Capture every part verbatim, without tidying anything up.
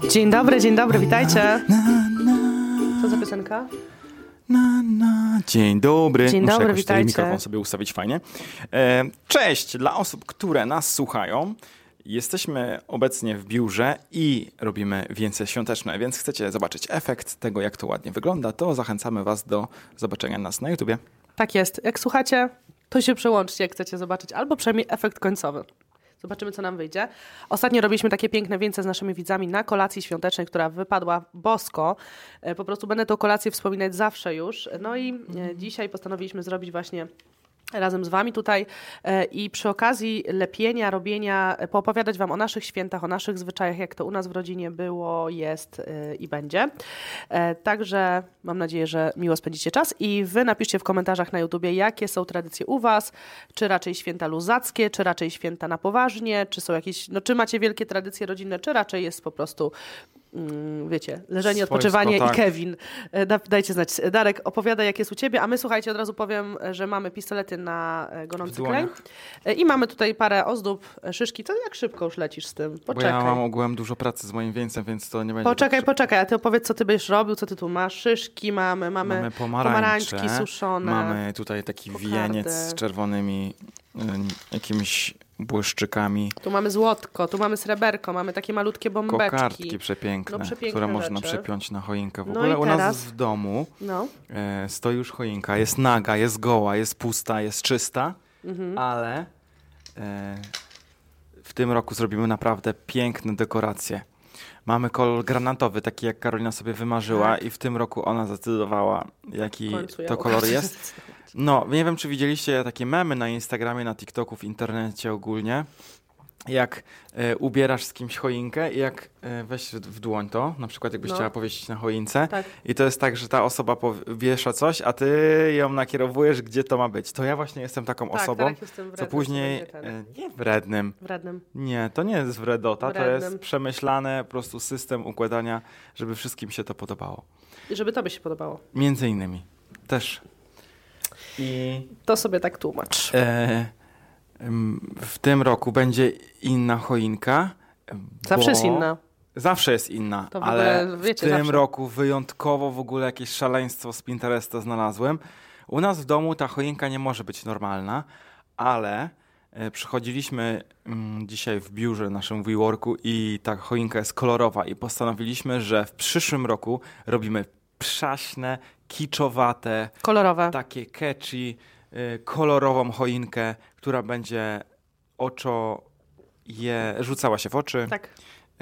Dzień dobry, dzień dobry, witajcie. Co za piosenka? Na, na. Dzień dobry. Dzień Muszę dobry, jakoś tutaj witajcie. mikrofon sobie ustawić fajnie. E, cześć dla osób, które nas słuchają. Jesteśmy obecnie w biurze i robimy więcej świąteczne, więc chcecie zobaczyć efekt tego, jak to ładnie wygląda, to zachęcamy was do zobaczenia nas na YouTubie. Tak jest. Jak słuchacie, to się przełączcie, jak chcecie zobaczyć, albo przynajmniej efekt końcowy. Zobaczymy, co nam wyjdzie. Ostatnio robiliśmy takie piękne wieńce z naszymi widzami na kolacji świątecznej, która wypadła bosko. Po prostu będę tą kolację wspominać zawsze już. No i dzisiaj postanowiliśmy zrobić właśnie razem z wami tutaj i przy okazji lepienia, robienia, poopowiadać wam o naszych świętach, o naszych zwyczajach, jak to u nas w rodzinie było, jest i będzie. Także mam nadzieję, że miło spędzicie czas i wy napiszcie w komentarzach na YouTubie, jakie są tradycje u was, czy raczej święta luzackie, czy raczej święta na poważnie, czy są jakieś, no czy macie wielkie tradycje rodzinne, czy raczej jest po prostu wiecie, leżenie, Swojsko, odpoczywanie tak. I Kevin. Da, dajcie znać. Darek, opowiadaj, jak jest u ciebie, a my, słuchajcie, od razu powiem, że mamy pistolety na gonący klej i mamy tutaj parę ozdób, szyszki. To jak szybko już lecisz z tym? Poczekaj. Bo ja mam ogółem dużo pracy z moim wieńcem, więc to nie będzie... Poczekaj, tak... poczekaj, a ty opowiedz, co ty będziesz robił, co ty tu masz. Szyszki mamy, mamy, mamy pomarańcze, pomarańczki suszone. Mamy tutaj taki kokardy. wieniec z czerwonymi y, jakimiś błyszczykami. Tu mamy złotko, tu mamy sreberko, mamy takie malutkie bombeczki. Kokardki przepiękne, no, przepiękne które można rzeczy. przepiąć na choinkę. W No ogóle i u teraz... nas w domu no. e, stoi już choinka. Jest naga, jest goła, jest pusta, jest czysta, mhm. ale e, w tym roku zrobimy naprawdę piękne dekoracje. Mamy kolor granatowy, taki jak Karolina sobie wymarzyła tak. I w tym roku ona zdecydowała, jaki to kolor jest. No, nie wiem, czy widzieliście takie memy na Instagramie, na TikToku, w internecie ogólnie, jak e, ubierasz z kimś choinkę i jak e, weź w dłoń to, na przykład jakbyś no. chciała powiesić na choince tak. I to jest tak, że ta osoba wiesza coś, a ty ją nakierowujesz, gdzie to ma być. To ja właśnie jestem taką tak, osobą, jestem wredny, co później... E, nie wrednym. Wrednym. Nie, to nie jest wredota, wrednym. To jest przemyślane po prostu system układania, żeby wszystkim się to podobało. I żeby tobie się podobało. Między innymi. Też. I to sobie tak tłumacz. E, w tym roku będzie inna choinka. Zawsze jest inna. Zawsze jest inna, to w ale ogóle, wiecie, w tym zawsze. roku wyjątkowo w ogóle jakieś szaleństwo z Pinteresta znalazłem. U nas w domu ta choinka nie może być normalna, ale e, przychodziliśmy mm, dzisiaj w biurze naszym WeWorku i ta choinka jest kolorowa i postanowiliśmy, że w przyszłym roku robimy przaśne, kiczowate, kolorowe, takie catchy, y, kolorową choinkę, która będzie oczo je rzucała się w oczy. Tak. Y,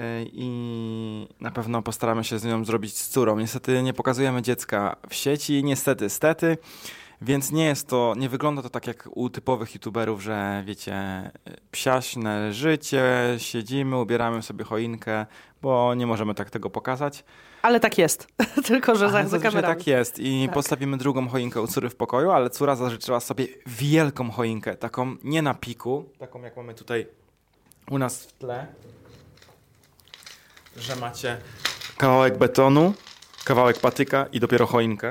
I na pewno postaramy się z nią zrobić z córą. Niestety nie pokazujemy dziecka w sieci, niestety, stety. Więc nie jest to, nie wygląda to tak jak u typowych youtuberów, że wiecie, psiaśne życie, siedzimy, ubieramy sobie choinkę, bo nie możemy tak tego pokazać. Ale tak jest, tylko że za, za kamerami. Tak jest i tak. Postawimy drugą choinkę u córy w pokoju, ale córa zażyczyła sobie wielką choinkę, taką nie na piku, taką jak mamy tutaj u nas w tle, że macie kawałek betonu, kawałek patyka i dopiero choinkę.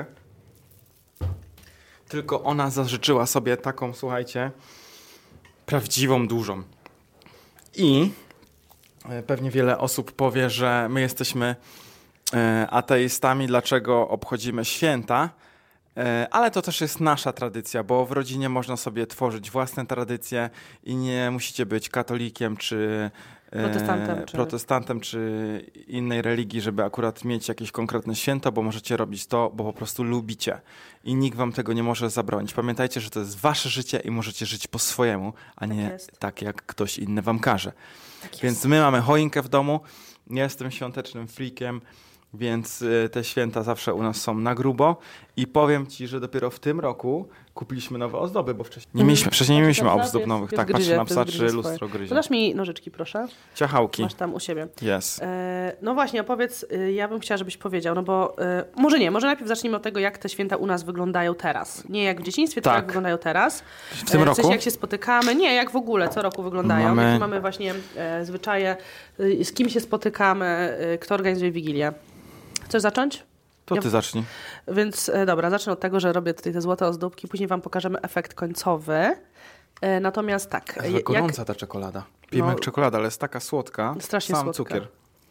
Tylko ona zażyczyła sobie taką, słuchajcie, prawdziwą, dużą. I pewnie wiele osób powie, że my jesteśmy ateistami, dlaczego obchodzimy święta, ale to też jest nasza tradycja, bo w rodzinie można sobie tworzyć własne tradycje i nie musicie być katolikiem czy protestantem, czy... protestantem czy innej religii, żeby akurat mieć jakieś konkretne święto, bo możecie robić to, bo po prostu lubicie i nikt wam tego nie może zabronić. Pamiętajcie, że to jest wasze życie i możecie żyć po swojemu, a tak nie jest. Tak, jak ktoś inny wam każe. Tak Więc my mamy choinkę w domu, ja jestem świątecznym freakiem, więc te święta zawsze u nas są na grubo i powiem ci, że dopiero w tym roku kupiliśmy nowe ozdoby, bo wcześniej nie mieliśmy, wcześniej nie mieliśmy ozdób nowych. Tak, patrzę na psa, czy lustro gryzie. Podasz mi nożyczki, proszę. Ciachałki. Masz tam u siebie. Yes. E, no właśnie, opowiedz, ja bym chciała, żebyś powiedział, no bo e, może nie, może najpierw zacznijmy od tego, jak te święta u nas wyglądają teraz. Nie jak w dzieciństwie, tylko tak. jak wyglądają teraz. W tym e, w roku? sensie, jak się spotykamy, nie, jak w ogóle, co roku wyglądają. Mamy... Jakie mamy właśnie e, zwyczaje, e, z kim się spotykamy, e, kto organizuje Wigilię. Chcesz zacząć? To ty ja... zacznij. Więc e, dobra, zacznę od tego, że robię tutaj te złote ozdóbki, później wam pokażemy efekt końcowy. E, natomiast tak. Jest gorąca jak... ta czekolada. Pijemy no, jak czekolada, ale jest taka słodka. Strasznie Sam słodka. cukier.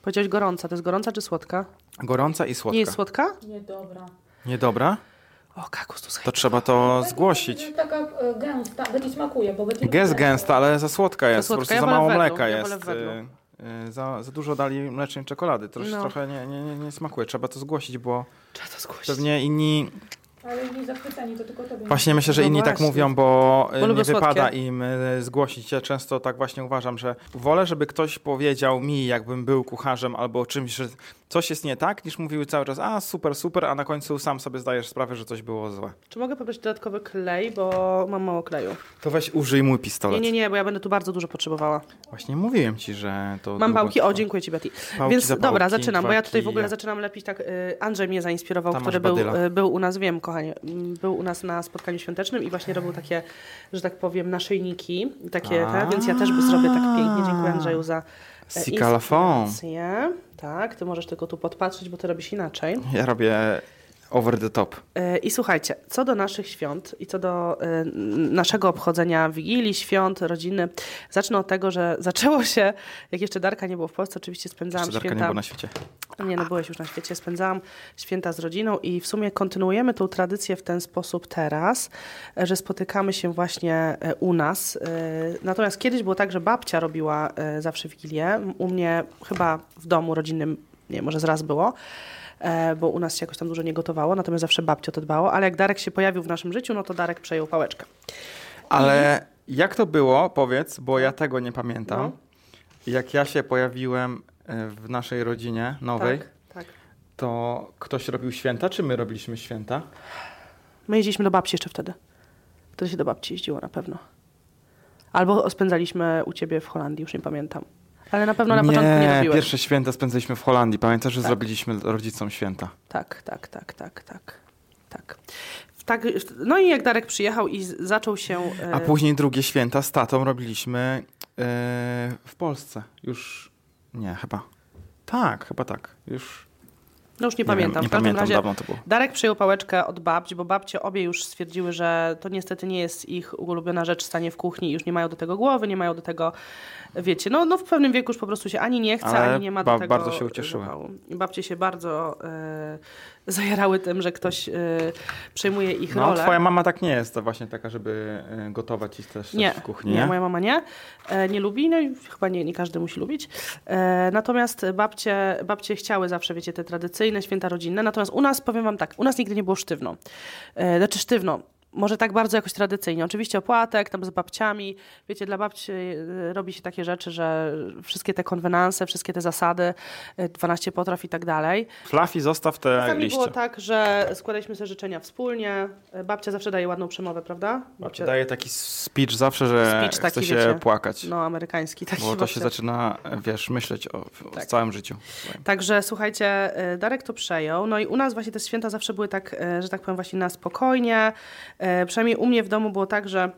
Powiedziałeś gorąca. To jest gorąca czy słodka? Gorąca i słodka. Nie jest słodka? Niedobra. Niedobra? O, kakus tu To trzeba to zgłosić. Jest taka e, gęsta, Betty smakuje, bo Betty Gęst gęsta, ale za słodka jest. słodka. Po prostu Ja za wolę mało wedlu, mleka ja jest. wolę wedlu. Y, y, za, za dużo dali mlecznej czekolady. To już No. trochę nie, nie, nie, nie smakuje. Trzeba to zgłosić, bo Trzeba to zgłosić. pewnie inni... Ale nie zachwyceni, to tylko tobie. Właśnie myślę, że No inni tak właśnie. mówią, bo, y, Bo lubią nie wypada słodkie. im y, zgłosić. Ja często tak właśnie uważam, że wolę, żeby ktoś powiedział mi, jakbym był kucharzem albo czymś, że coś jest nie tak, niż mówiły cały czas, a super, super, a na końcu sam sobie zdajesz sprawę, że coś było złe. Czy mogę poprosić dodatkowy klej, bo mam mało kleju? To weź użyj mój pistolet. Nie, nie, nie, bo ja będę tu bardzo dużo potrzebowała. Właśnie mówiłem ci, że to Mam długo pałki, o trwa. dziękuję ci Betty. Pałki Więc za dobra, pałki, zaczynam, bo ja tutaj w dwa ogóle kije. zaczynam lepić tak, y, Andrzej mnie zainspirował, Tam który masz był, badyla. y, był u nas, wiem kochanie, mm, był u nas na spotkaniu świątecznym i właśnie robił takie, że tak powiem, naszyjniki, takie, te, więc ja też zrobię tak pięknie. Dziękuję Andrzeju za e, Sikalafon. inspirację. Tak, ty możesz tylko tu podpatrzeć, bo ty robisz inaczej. Ja robię over the top. E, I słuchajcie, co do naszych świąt i co do e, n- naszego obchodzenia Wigilii, świąt, rodziny, zacznę od tego, że zaczęło się, jak jeszcze Darka nie było w Polsce, oczywiście spędzałam Jeszcze Darka nie święta... było na świecie. Nie, no byłeś już na świecie. Spędzałam święta z rodziną i w sumie kontynuujemy tą tradycję w ten sposób teraz, e, że spotykamy się właśnie e, u nas. E, Natomiast kiedyś było tak, że babcia robiła e, zawsze Wigilię. U mnie chyba w domu rodzinnym, nie może z raz było, e, bo u nas się jakoś tam dużo nie gotowało, natomiast zawsze babcia to dbało, ale jak Darek się pojawił w naszym życiu, no to Darek przejął pałeczkę. Ale jak to było, powiedz, bo ja tego nie pamiętam. No. Jak ja się pojawiłem e, w naszej rodzinie nowej, Tak, tak. to ktoś robił święta, czy my robiliśmy święta? My jeździliśmy do babci jeszcze wtedy. Wtedy się do babci jeździło na pewno. Albo spędzaliśmy u ciebie w Holandii, już nie pamiętam. Ale na pewno na nie, początku nie robiłeś. pierwsze święta spędziliśmy w Holandii. Pamiętasz, że Tak. zrobiliśmy rodzicom święta? Tak, tak, tak, tak, tak. tak. tak. No i jak Darek przyjechał i z- zaczął się... e, A później drugie święta z tatą robiliśmy e, w Polsce. Już nie, chyba. Tak, chyba tak. Już No już nie, nie pamiętam. Wiem, nie w każdym pamiętam, razie dawno to było. Darek przyjął pałeczkę od babci, bo babcie obie już stwierdziły, że to niestety nie jest ich ulubiona rzecz stanie w kuchni i już nie mają do tego głowy, nie mają do tego, wiecie, no, no w pewnym wieku już po prostu się ani nie chce, Ale ani nie ma ba- do tego bardzo się ucieszyły. zapału. I babcie się bardzo e, zajarały tym, że ktoś e, przejmuje ich No, rolę. twoja mama tak nie jest, to właśnie taka, żeby e, gotować i też, Nie, też w kuchni, nie, nie? moja mama nie. E, nie lubi, no i chyba nie, nie każdy musi lubić. E, natomiast babcie, babcie chciały zawsze, wiecie, te tradycyjne święta rodzinne. Natomiast u nas, powiem wam tak, u nas nigdy nie było sztywno. E, znaczy sztywno. Może tak bardzo jakoś tradycyjnie. Oczywiście opłatek, tam z babciami. Wiecie, dla babci y, robi się takie rzeczy, że wszystkie te konwenanse, wszystkie te zasady, y, dwanaście potraw i tak dalej. Fluffy, zostaw te Czasami liście. było tak, że składaliśmy sobie życzenia wspólnie. Y, Babcia zawsze daje ładną przemowę, prawda? Babcia daje taki speech zawsze, że Speech taki, chce się wiecie, płakać. No, amerykański taki. Bo to babcia. się zaczyna, wiesz, myśleć o, o Tak. całym życiu. Także słuchajcie, y, Darek to przejął. No i u nas właśnie te święta zawsze były tak, y, że tak powiem, właśnie na spokojnie. Y, Przynajmniej u mnie w domu było tak, że,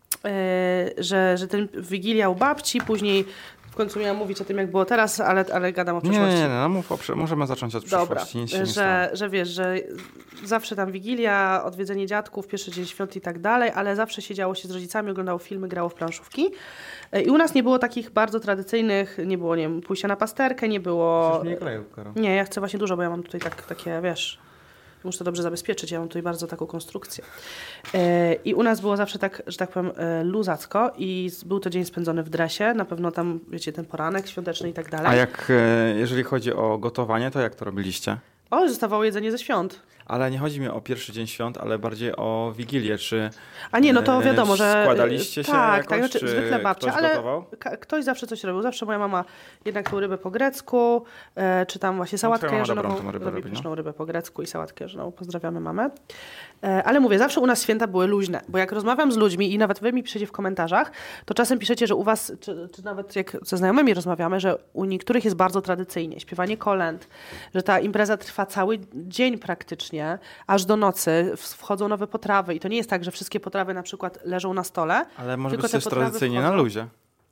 y, że, że ten Wigilia u babci, później w końcu miałam mówić o tym, jak było teraz, ale, ale gadam o Nie, przeszłości. nie, nie, no mów o, prze- możemy zacząć od Dobra, przyszłości. Nic się nie stało. że, że wiesz, że zawsze tam Wigilia, odwiedzenie dziadków, pierwszy dzień świąt i tak dalej, ale zawsze siedziało się z rodzicami, oglądało filmy, grało w planszówki. Y, I u nas nie było takich bardzo tradycyjnych, nie było, nie wiem, pójścia na pasterkę, nie było... Przecież mnie kleją, Karo. Nie, ja chcę właśnie dużo, bo ja mam tutaj tak, takie, wiesz, muszę to dobrze zabezpieczyć, ja mam tutaj bardzo taką konstrukcję. E, I u nas było zawsze tak, że tak powiem, e, luzacko i z- był to dzień spędzony w dresie, na pewno tam, wiecie, ten poranek świąteczny i tak dalej. A jak, e, jeżeli chodzi o gotowanie, to jak to robiliście? O, zostawało jedzenie ze świąt. Ale nie chodzi mi o pierwszy dzień świąt, ale bardziej o Wigilię. Czy A nie, no to e, wiadomo, że... składaliście się tak, jakoś, tak, znaczy czy zwykle babcia, ktoś ale gotował? ka- ktoś zawsze coś robił. Zawsze moja mama jednak tą rybę po grecku, e, czy tam właśnie sałatkę twoja mama jarzynową. dobrą tą rybę Robi robi, no. pyszną rybę po grecku i sałatkę jarzynową. Pozdrawiamy mamę. E, ale mówię, zawsze u nas święta były luźne, bo jak rozmawiam z ludźmi i nawet wy mi piszecie w komentarzach, to czasem piszecie, że u was, czy, czy nawet jak ze znajomymi rozmawiamy, że u niektórych jest bardzo tradycyjnie, śpiewanie kolęd, że ta impreza trwa cały dzień praktycznie, aż do nocy, w- wchodzą nowe potrawy i to nie jest tak, że wszystkie potrawy na przykład leżą na stole, Ale może tylko być te też potrawy tradycyjnie wchodzą. na luzie.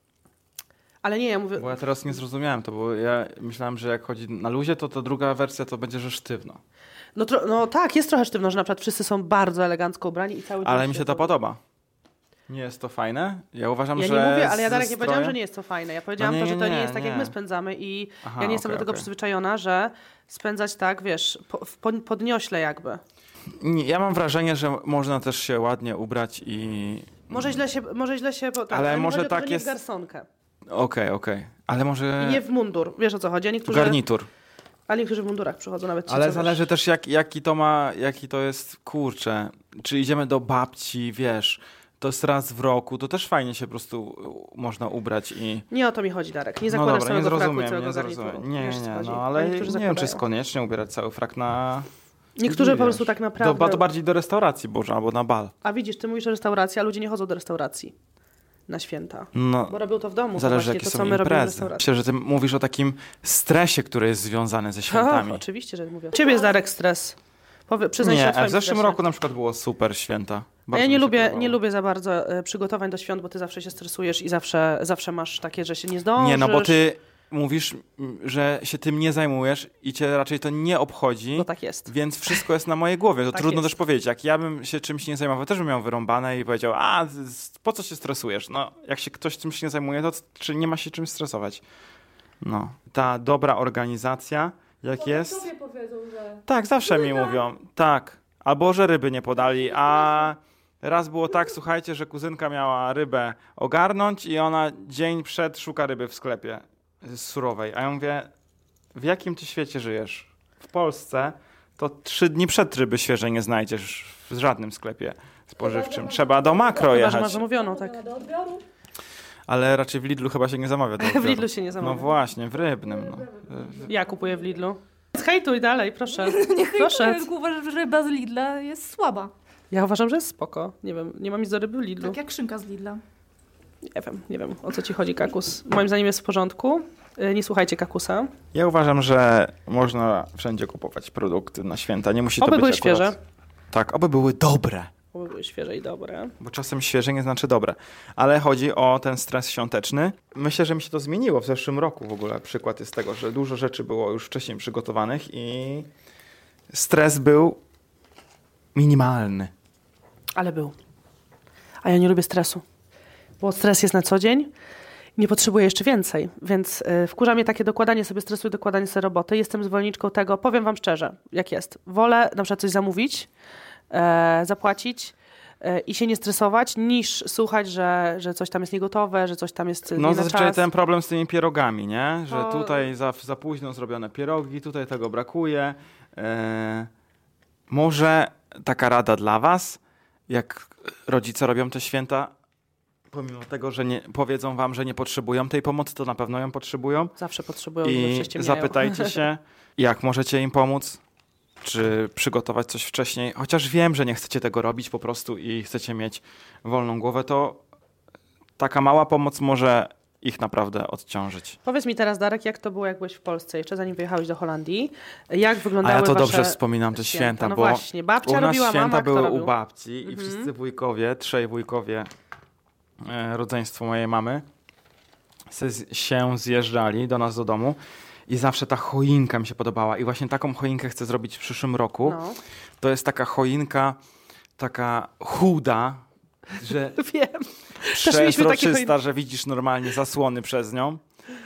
Ale nie, ja mówię, Bo ja teraz nie zrozumiałem to, bo ja myślałem, że jak chodzi na luzie, to ta druga wersja to będzie, że sztywno. no, tro, no tak, jest trochę sztywno, że na przykład wszyscy są bardzo elegancko ubrani i cały dzień Ale mi się to świecą. podoba. Nie jest to fajne? Ja uważam, Ja że... nie mówię, ale ja ze Darek nie powiedziałam, strojem- że nie jest to fajne. Ja powiedziałam No nie, to, że to nie, nie jest tak, nie. jak my spędzamy i Aha, ja nie jestem okej, do tego okej. przyzwyczajona, że spędzać tak, wiesz, po, w pod- podniośle jakby. Nie, ja mam wrażenie, że można też się ładnie ubrać i... Może źle się, może źle się, bo, tak, Ale mi może chodzi o to, tak że nie jest- w garsonkę. Okej, okej. Ale może... I nie w mundur. Wiesz o co chodzi? A niektórzy, Garnitur. a niektórzy w mundurach przychodzą nawet ci, Ale co zależy wiesz. też jak, jaki to ma, jaki to jest, kurczę, czy idziemy do babci, wiesz, to jest raz w roku, to też fajnie się po prostu można ubrać i... Nie o to mi chodzi, Darek. Nie No zakładasz dobra, nie całego fraku i zrozumiem, całego nie garnituru. zrozumiem. Nie, Wiesz, o co nie, chodzi? no A ale nie niektórzy wiem, czy jest zakładają. koniecznie ubierać cały frak na... Niektórzy po wiesz, prostu tak Do, naprawdę... ba- to bardziej do restauracji, Boże, albo na bal. A widzisz, ty mówisz o restauracji, a ludzie nie chodzą do restauracji na święta. No, Bo robią to w domu. zależy to jakie właśnie to, są co my robimy w imprezy. restauracji. Myślę, że ty mówisz o takim stresie, który jest związany ze Och, świętami. oczywiście, że mówię. Ciebie jest, Darek, stres. Powie, przyznaj się o Nie, swoim w zeszłym stresie. roku na przykład było super święta. A Bardzo ja mi nie się lubię, podobało. nie lubię za bardzo e, przygotowań do świąt, bo ty zawsze się stresujesz i zawsze, zawsze masz takie, że się nie zdążysz. Nie, no bo ty mówisz, m, że się tym nie zajmujesz i cię raczej to nie obchodzi, No tak jest. więc wszystko jest na mojej głowie. To Tak trudno jest. też powiedzieć. Jak ja bym się czymś nie zajmował, też bym miał wyrąbane i powiedział, a z- po co się stresujesz? No, jak się ktoś czymś nie zajmuje, to c- czy nie ma się czym stresować? No, ta dobra organizacja, jak Potem jest... Tobie powiedzą, że... Tak, zawsze mi mówią, tak. Albo, że ryby nie podali, a raz było tak, słuchajcie, że kuzynka miała rybę ogarnąć i ona dzień przed szuka ryby w sklepie y, surowej. A ja mówię, w jakim ty świecie żyjesz? W Polsce to trzy dni przed ryby świeżej nie znajdziesz w żadnym sklepie spożywczym. Trzeba do makro Chyba, że masz jechać. zamówioną, tak. Do odbioru. Ale raczej w Lidlu chyba się nie zamawia. Do W odbioru. Lidlu się nie No zamawia. właśnie, w Rybnym. No. Ja kupuję w Lidlu. Hejtuj dalej, proszę. Nie Proszę. hejtuję, tylko uważam, że ryba z Lidla jest słaba. Ja uważam, że jest spoko. Nie wiem, nie mam nic do ryby w Lidlu. Tak jak szynka z Lidla. Nie wiem, nie wiem, o co ci chodzi, Kakus. Moim zdaniem jest w porządku. Y, Nie słuchajcie Kakusa. Ja uważam, że można wszędzie kupować produkty na święta. Nie musi to Oby być były akurat... świeże. Tak, oby były dobre. Oby były świeże i dobre. Bo czasem świeże nie znaczy dobre. Ale chodzi o ten stres świąteczny. Myślę, że mi się to zmieniło w zeszłym roku w ogóle. Przykład jest tego, że dużo rzeczy było już wcześniej przygotowanych i stres był minimalny. Ale był. A ja nie lubię stresu. Bo stres jest na co dzień. Nie potrzebuję jeszcze więcej, więc y, wkurza mnie takie dokładanie sobie stresu i dokładanie sobie roboty. Jestem zwolenniczką tego, powiem wam szczerze, jak jest. Wolę na przykład coś zamówić, e, zapłacić e, i się nie stresować, niż słuchać, że, że coś tam jest niegotowe, że coś tam jest No nie na zazwyczaj czas. ten problem z tymi pierogami, nie? Że To- tutaj za, za późno zrobione pierogi, tutaj tego brakuje. E, może taka rada dla was, jak rodzice robią te święta, pomimo tego, że nie, powiedzą wam, że nie potrzebują tej pomocy, to na pewno ją potrzebują. Zawsze potrzebują, I zawsze ściemniają. zapytajcie się, jak możecie im pomóc, czy przygotować coś wcześniej. Chociaż wiem, że nie chcecie tego robić po prostu i chcecie mieć wolną głowę, to taka mała pomoc może ich naprawdę odciążyć. Powiedz mi teraz, Darek, jak to było, jak byłeś w Polsce, jeszcze zanim wyjechałeś do Holandii? Jak A wyglądały ja to wasze dobrze wspominam te święta, No bo właśnie, babcia u nas robiła, święta mama kto były robił? u babci i Mhm. wszyscy wujkowie, trzej wujkowie, e, rodzeństwo mojej mamy, se, z- się zjeżdżali do nas do domu i zawsze ta choinka mi się podobała i właśnie taką choinkę chcę zrobić w przyszłym roku. No, To jest taka choinka, taka chuda, że wiem. Też mieliśmy takie przezroczysta, choinki. że widzisz normalnie zasłony przez nią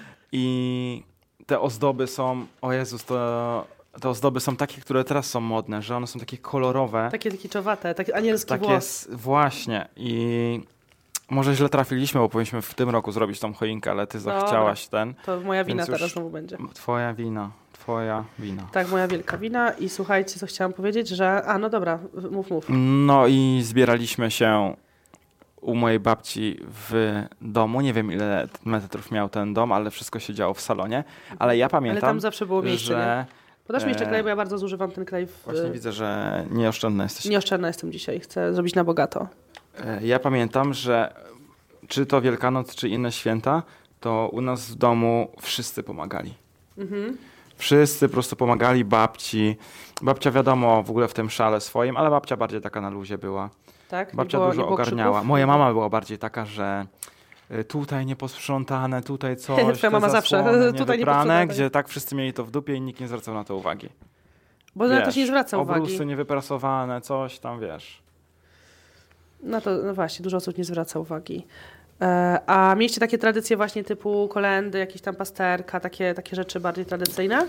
i te ozdoby są, o Jezus, to, te ozdoby są takie, które teraz są modne, że one są takie kolorowe. Takie kiczowate, takie anielski Takie włos. s- właśnie i może źle trafiliśmy, bo powinniśmy w tym roku zrobić tą choinkę, ale ty Dobra. zachciałaś ten. To moja wina Więc już- teraz znowu będzie. Twoja wina, twoja wina. Tak, moja wielka wina. I słuchajcie, co chciałam powiedzieć, że... A, no dobra, w- mów, mów. No i zbieraliśmy się u mojej babci w domu. Nie wiem, ile metrów miał ten dom, ale wszystko się działo w salonie. Ale ja Ale pamiętam, tam zawsze było miejsce, nie? że... Podasz mi jeszcze e, klej, bo ja bardzo zużywam ten klej. W, Właśnie widzę, że nieoszczędna jesteś. Nieoszczędna jestem dzisiaj, chcę zrobić na bogato. E, Ja pamiętam, że czy to Wielkanoc, czy inne święta, to u nas w domu wszyscy pomagali. Mhm. Wszyscy po prostu pomagali babci. Babcia wiadomo w ogóle w tym szale swoim, ale babcia bardziej taka na luzie była. Tak? Nie Babcia było- nie dużo było ogarniała. krzyków? Moja mama była bardziej taka, że y, tutaj nieposprzątane, tutaj coś, Twoja te mama zawsze, zasłony tutaj niewyprane, nieposprzątane. gdzie tak wszyscy mieli to w dupie i nikt nie zwracał na to uwagi. Bo na to się nie zwraca uwagi. Obrusy niewyprasowane, coś tam, wiesz. No to no właśnie, dużo osób nie zwraca uwagi. E, a mieliście takie tradycje właśnie typu kolędy, jakieś tam pasterka, takie, takie rzeczy bardziej tradycyjne?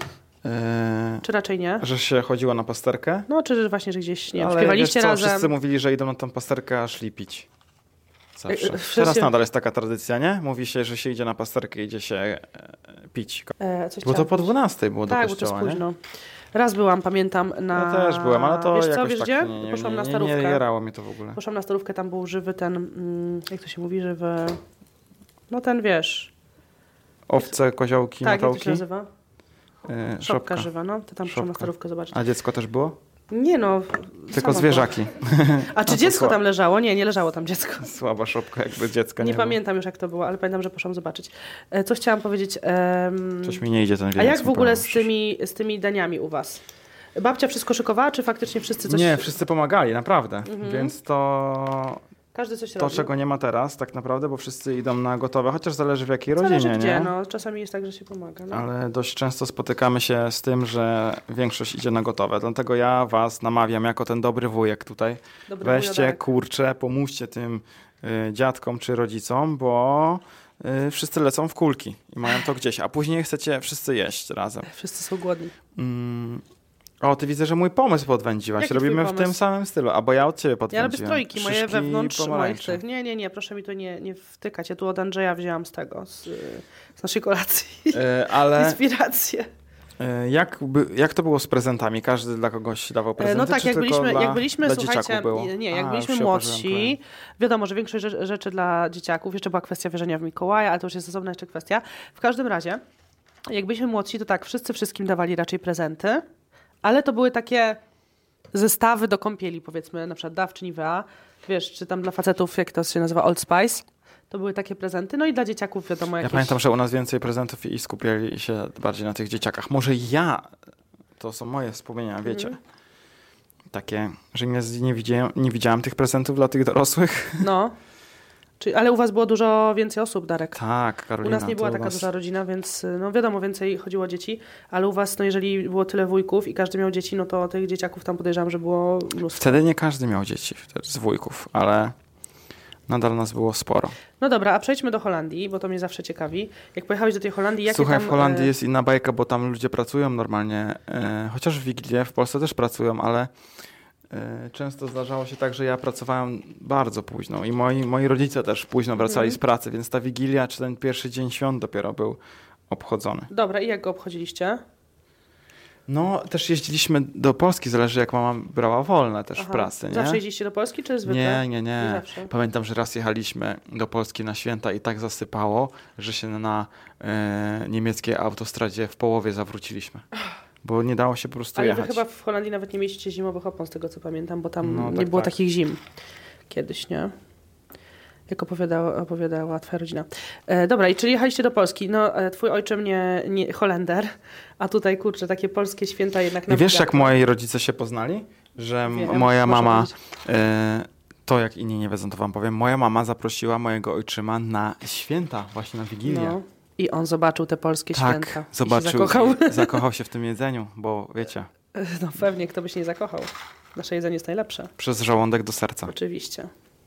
E, Czy raczej nie? że się chodziło na pasterkę. No, czy że właśnie, że gdzieś, nie wiem, Ale śpiewaliście wiesz co, razem? wszyscy mówili, że idą na tą pasterkę, a szli pić. Zawsze. E, w Teraz sensie- nadal jest taka tradycja, nie? Mówi się, że się idzie na pasterkę i idzie się e, pić. E, coś Bo to chciałam po powiedzieć. dwunastej było do Tak, bo to jest kościoła, nie? późno. Raz byłam, pamiętam, na... Ja też byłem, ale to wiesz jakoś co, wiesz tak gdzie? nie, nie, Poszłam nie, na nie, starówkę. nie jarało mnie to w ogóle. Poszłam na starówkę, tam był żywy ten, mm, jak to się mówi, żywy... No ten, wiesz... Owce, koziołki, tak, jak to natałki. się nazywa? E, Szopka szopka. żywa, no. To tam poszłam na Szopka. starówkę zobaczyć. A dziecko też było? Nie no. Tylko sama zwierzaki. była. A czy No to dziecko słabo. tam leżało? Nie, nie leżało tam dziecko. Słaba szopka, jakby dziecka nie, Nie pamiętam już jak to było, ale pamiętam, że poszłam zobaczyć. E, Co chciałam powiedzieć? em, Coś mi nie idzie ten A wieniec. jak w ogóle z powiem tymi, z tymi daniami u was? Babcia wszystko szykowała, czy faktycznie wszyscy coś... Nie, wszyscy pomagali, naprawdę. Mhm. Więc to, Każdy coś to robi. czego nie ma teraz tak naprawdę, bo wszyscy idą na gotowe, chociaż zależy w jakiej Zależy rodzinie, gdzie, nie? no. Czasami jest tak, że się pomaga. No. Ale dość często spotykamy się z tym, że większość idzie na gotowe. Dlatego ja was namawiam jako ten dobry wujek tutaj. Dobry Weźcie, wujodarek. kurczę, pomóżcie tym y, dziadkom czy rodzicom, bo y, wszyscy lecą w kulki i mają to gdzieś, a później chcecie wszyscy jeść razem. Wszyscy są głodni. Mm. O, ty widzę, że mój pomysł podwędziłaś. Jaki Robimy twój w tym pomysł? samym stylu, a bo ja od ciebie Ja podwędziłem. robię strojki, moje Szyszki wewnątrz moich pomarańcze. tych. Nie, nie, nie, proszę mi to nie, nie wtykać. Ja tu od Andrzeja wzięłam z tego, z, y, z naszej kolacji. E, ale Inspirację. e, jak, by, jak to było z prezentami? Każdy dla kogoś dawał E, prezenty, No tak, czy jak tylko byliśmy, dla, jak byliśmy dla słuchajcie, dzieciaków było? nie, jak A, byliśmy już się oparzyłem, młodsi, wiadomo, że większość rzeczy, rzeczy dla dzieciaków, jeszcze była kwestia wierzenia w Mikołaja, ale to już jest osobna jeszcze kwestia. W każdym razie, jak byliśmy młodsi, to tak, wszyscy wszystkim dawali raczej prezenty, ale to były takie zestawy do kąpieli, powiedzmy, na przykład Dove czy Nivea, wiesz, czy tam dla facetów, jak to się nazywa, Old Spice. To były takie prezenty, no i dla dzieciaków wiadomo Ja jakieś... pamiętam, że u nas więcej prezentów i skupiali się bardziej na tych dzieciakach. Może ja, to są moje wspomnienia, wiecie, Mhm. takie, że nie, nie, widziałem, nie widziałem tych prezentów dla tych dorosłych. No. Czy, ale u was było dużo więcej osób, Darek. Tak, Karolina. U nas nie była to u taka nas- duża rodzina, więc no wiadomo, więcej chodziło o dzieci, ale u was, no jeżeli było tyle wujków i każdy miał dzieci, no to tych dzieciaków tam podejrzewam, że było mnóstwo. Wtedy nie każdy miał dzieci wtedy z wujków, ale nadal nas było sporo. No dobra, a przejdźmy do Holandii, bo to mnie zawsze ciekawi. Jak pojechałeś do tej Holandii, jakie Słuchaj, tam... w Holandii e, jest inna bajka, bo tam ludzie pracują normalnie, e, chociaż w Wigilię w Polsce też pracują, ale e, często zdarzało się tak, że ja pracowałem bardzo późno i moi, moi rodzice też późno wracali Mhm. z pracy, więc ta Wigilia czy ten pierwszy dzień świąt dopiero był obchodzony. Dobra, i jak go obchodziliście? No, też jeździliśmy do Polski, zależy jak mama brała wolne też w Aha. pracy, nie? Zawsze jeździliście do Polski, czy zwykle? Nie, nie, Nie nie. zawsze. Pamiętam, że raz jechaliśmy do Polski na święta i tak zasypało, że się na e, niemieckiej autostradzie w połowie zawróciliśmy. Bo nie dało się po prostu Ale jechać. wy chyba w Holandii nawet nie mieliście zimowych opon, z tego co pamiętam, bo tam No, nie tak, było tak. takich zim kiedyś, nie? Jak opowiadała, opowiadała twoja rodzina. E, dobra, i czyli jechaliście do Polski. No, e, twój ojczym nie, nie Holender, a tutaj, kurczę, takie polskie święta jednak na I wiesz, jak bogato. moi rodzice się poznali? Że m- Wiem, moja proszę mama, powiedzieć. e, to jak inni nie wiedzą, to wam powiem, moja mama zaprosiła mojego ojczyma na święta, właśnie na Wigilię. No. I on zobaczył te polskie tak, święta. I zobaczył, się zakochał. zakochał się w tym jedzeniu, bo wiecie, No pewnie, kto by się nie zakochał. Nasze jedzenie jest najlepsze. przez żołądek do serca. Oczywiście.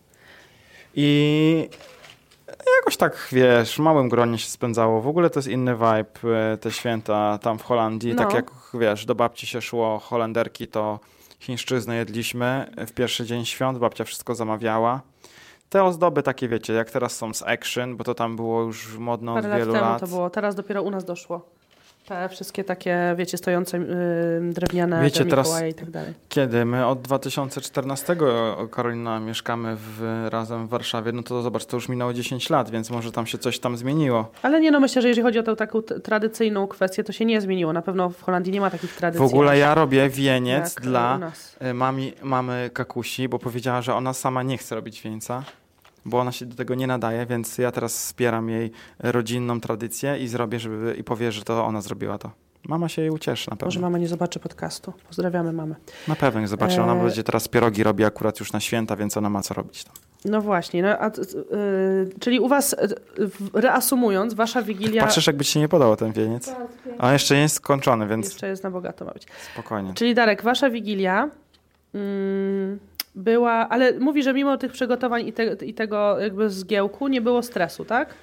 I jakoś tak, wiesz, w małym gronie się spędzało. W ogóle to jest inny vibe, e, te święta tam w Holandii. No. Tak jak, wiesz, do babci się szło, Holenderki, to chińszczyznę jedliśmy w pierwszy dzień świąt, babcia wszystko zamawiała. Te ozdoby takie, wiecie, jak teraz są z Action, bo to tam było już modno od Parę lat wielu temu lat. to było, teraz dopiero u nas doszło. Te wszystkie takie, wiecie, stojące yy, drewniane Wiecie, te teraz- Mikołaje i tak dalej. Kiedy my od dwa tysiące czternastego, Karolina, mieszkamy w, razem w Warszawie, no to zobacz, to już minęło dziesięć lat, więc może tam się coś tam zmieniło. Ale nie, no myślę, że jeżeli chodzi o tę taką t- tradycyjną kwestię, to się nie zmieniło. Na pewno w Holandii nie ma takich W tradycji. ogóle ja robię wieniec jak dla u nas. e, mami, mamy Kakusi, bo powiedziała, że ona sama nie chce robić wieńca, bo ona się do tego nie nadaje, więc ja teraz wspieram jej rodzinną tradycję i zrobię, żeby i powie, że to ona zrobiła to. Mama się jej ucieszy na Może pewno. mama nie zobaczy podcastu. Pozdrawiamy mamę. Na pewno nie zobaczy. Ona Eee. będzie teraz pierogi robi akurat już na święta, więc ona ma co robić tam. No właśnie, no, a, yy, czyli u was, yy, reasumując, wasza Wigilia Patrzysz, jakby ci się nie podał ten wieniec. Tak, pięknie. A jeszcze nie jest skończony, więc jeszcze jest na bogato ma być. spokojnie. Czyli Darek, wasza Wigilia mm, była, ale mówi, że mimo tych przygotowań i, te, i tego jakby zgiełku nie było stresu, tak?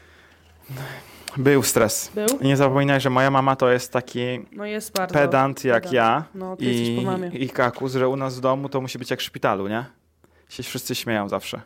Był stres. Był? Nie zapominaj, że moja mama to jest taki No jest bardzo. pedant jak pedant. ja No, ty jesteś i, po mamie. i kakus, że u nas w domu to musi być jak w szpitalu, nie? Się wszyscy śmieją zawsze.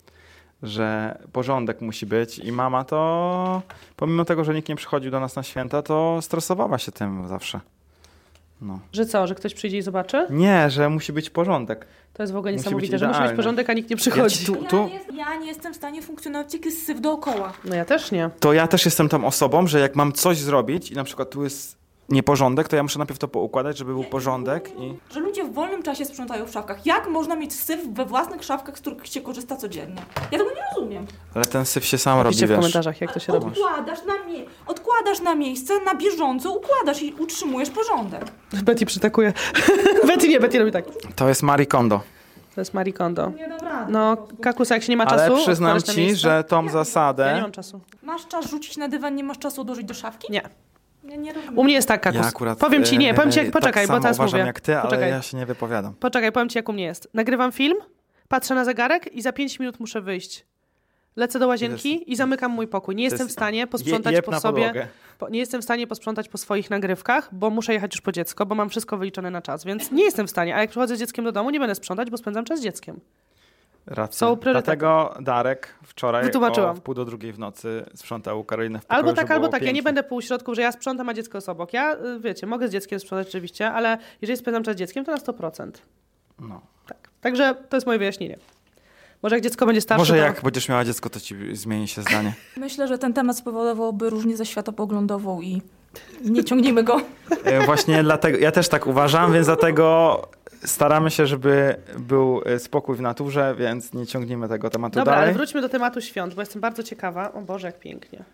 Że porządek musi być i mama to, pomimo tego, że nikt nie przychodził do nas na święta, to stresowała się tym zawsze. No. Że co, że ktoś przyjdzie i zobaczy? Nie, że musi być porządek. To jest w ogóle Musi niesamowite, być że musi być idealny. porządek, a nikt nie Ja przychodzi. ci tu, Ja, tu, nie jest, ja nie jestem w stanie funkcjonować, jak jest syf dookoła. No ja też nie. to ja też jestem tą osobą, że jak mam coś zrobić i na przykład tu jest nieporządek, to ja muszę najpierw to poukładać, żeby był porządek i... Że ludzie w wolnym czasie sprzątają w szafkach. Jak można mieć syf we własnych szafkach, z których się korzysta codziennie? Ja tego nie rozumiem. Ale ten syf się sam robi, Piszcie w wiesz. komentarzach, jak to się robi. Odkładasz na, mie- odkładasz na miejsce, na bieżąco układasz i utrzymujesz porządek. Betty przytakuje. Betty nie, Betty robi tak. To jest Marie Kondo. To jest Marie Kondo. Nie dam rady. No, Kakusa, jak się nie ma czasu... Ale przyznam odkładasz na ci, miejsce? że tą Ja nie- zasadę... Ja nie mam czasu. Masz czas rzucić na dywan, nie masz czasu odłożyć do szafki? Nie. Ja nie rozumiem. U mnie jest tak, Kakus. Ja akurat, powiem ci, nie, powiem ci, e, jak, poczekaj, tak bo samo teraz uważam mówię. jak ty, ale Poczekaj. ja się nie wypowiadam. Poczekaj, powiem ci, jak u mnie jest. Nagrywam film, patrzę na zegarek i za pięć minut muszę wyjść. Lecę do łazienki i zamykam mój pokój. Nie jestem w jest stanie posprzątać Je, jeb po na sobie. podłogę. Po, nie jestem w stanie posprzątać po swoich nagrywkach, bo muszę jechać już po dziecko, bo mam wszystko wyliczone na czas, więc nie jestem w stanie. A jak przychodzę z dzieckiem do domu, nie będę sprzątać, bo spędzam czas z dzieckiem. Racja. Są priorytety. Dlatego Darek wczoraj Wytłumaczyłam. o w pół do drugiej w nocy sprzątał Karolinę w pokoju, Albo tak, żeby albo było tak. Ja nie pięknie. będę półśrodków, że ja sprzątam, a dziecko jest obok. Ja, y, wiecie, mogę z dzieckiem sprzątać oczywiście, ale jeżeli spędzam czas z dzieckiem, to na sto procent. No. Tak. Także to jest moje wyjaśnienie. Może jak dziecko będzie starsze, Może to... jak będziesz miała dziecko, to ci zmieni się zdanie. Myślę, że ten temat spowodowałby różnicę światopoglądową i nie ciągnijmy go. E, Właśnie dlatego, ja też tak uważam, więc dlatego staramy się, żeby był e, spokój w naturze, więc nie ciągnijmy tego tematu Dobra, dalej. ale wróćmy do tematu świąt, bo jestem bardzo ciekawa. O Boże, jak pięknie.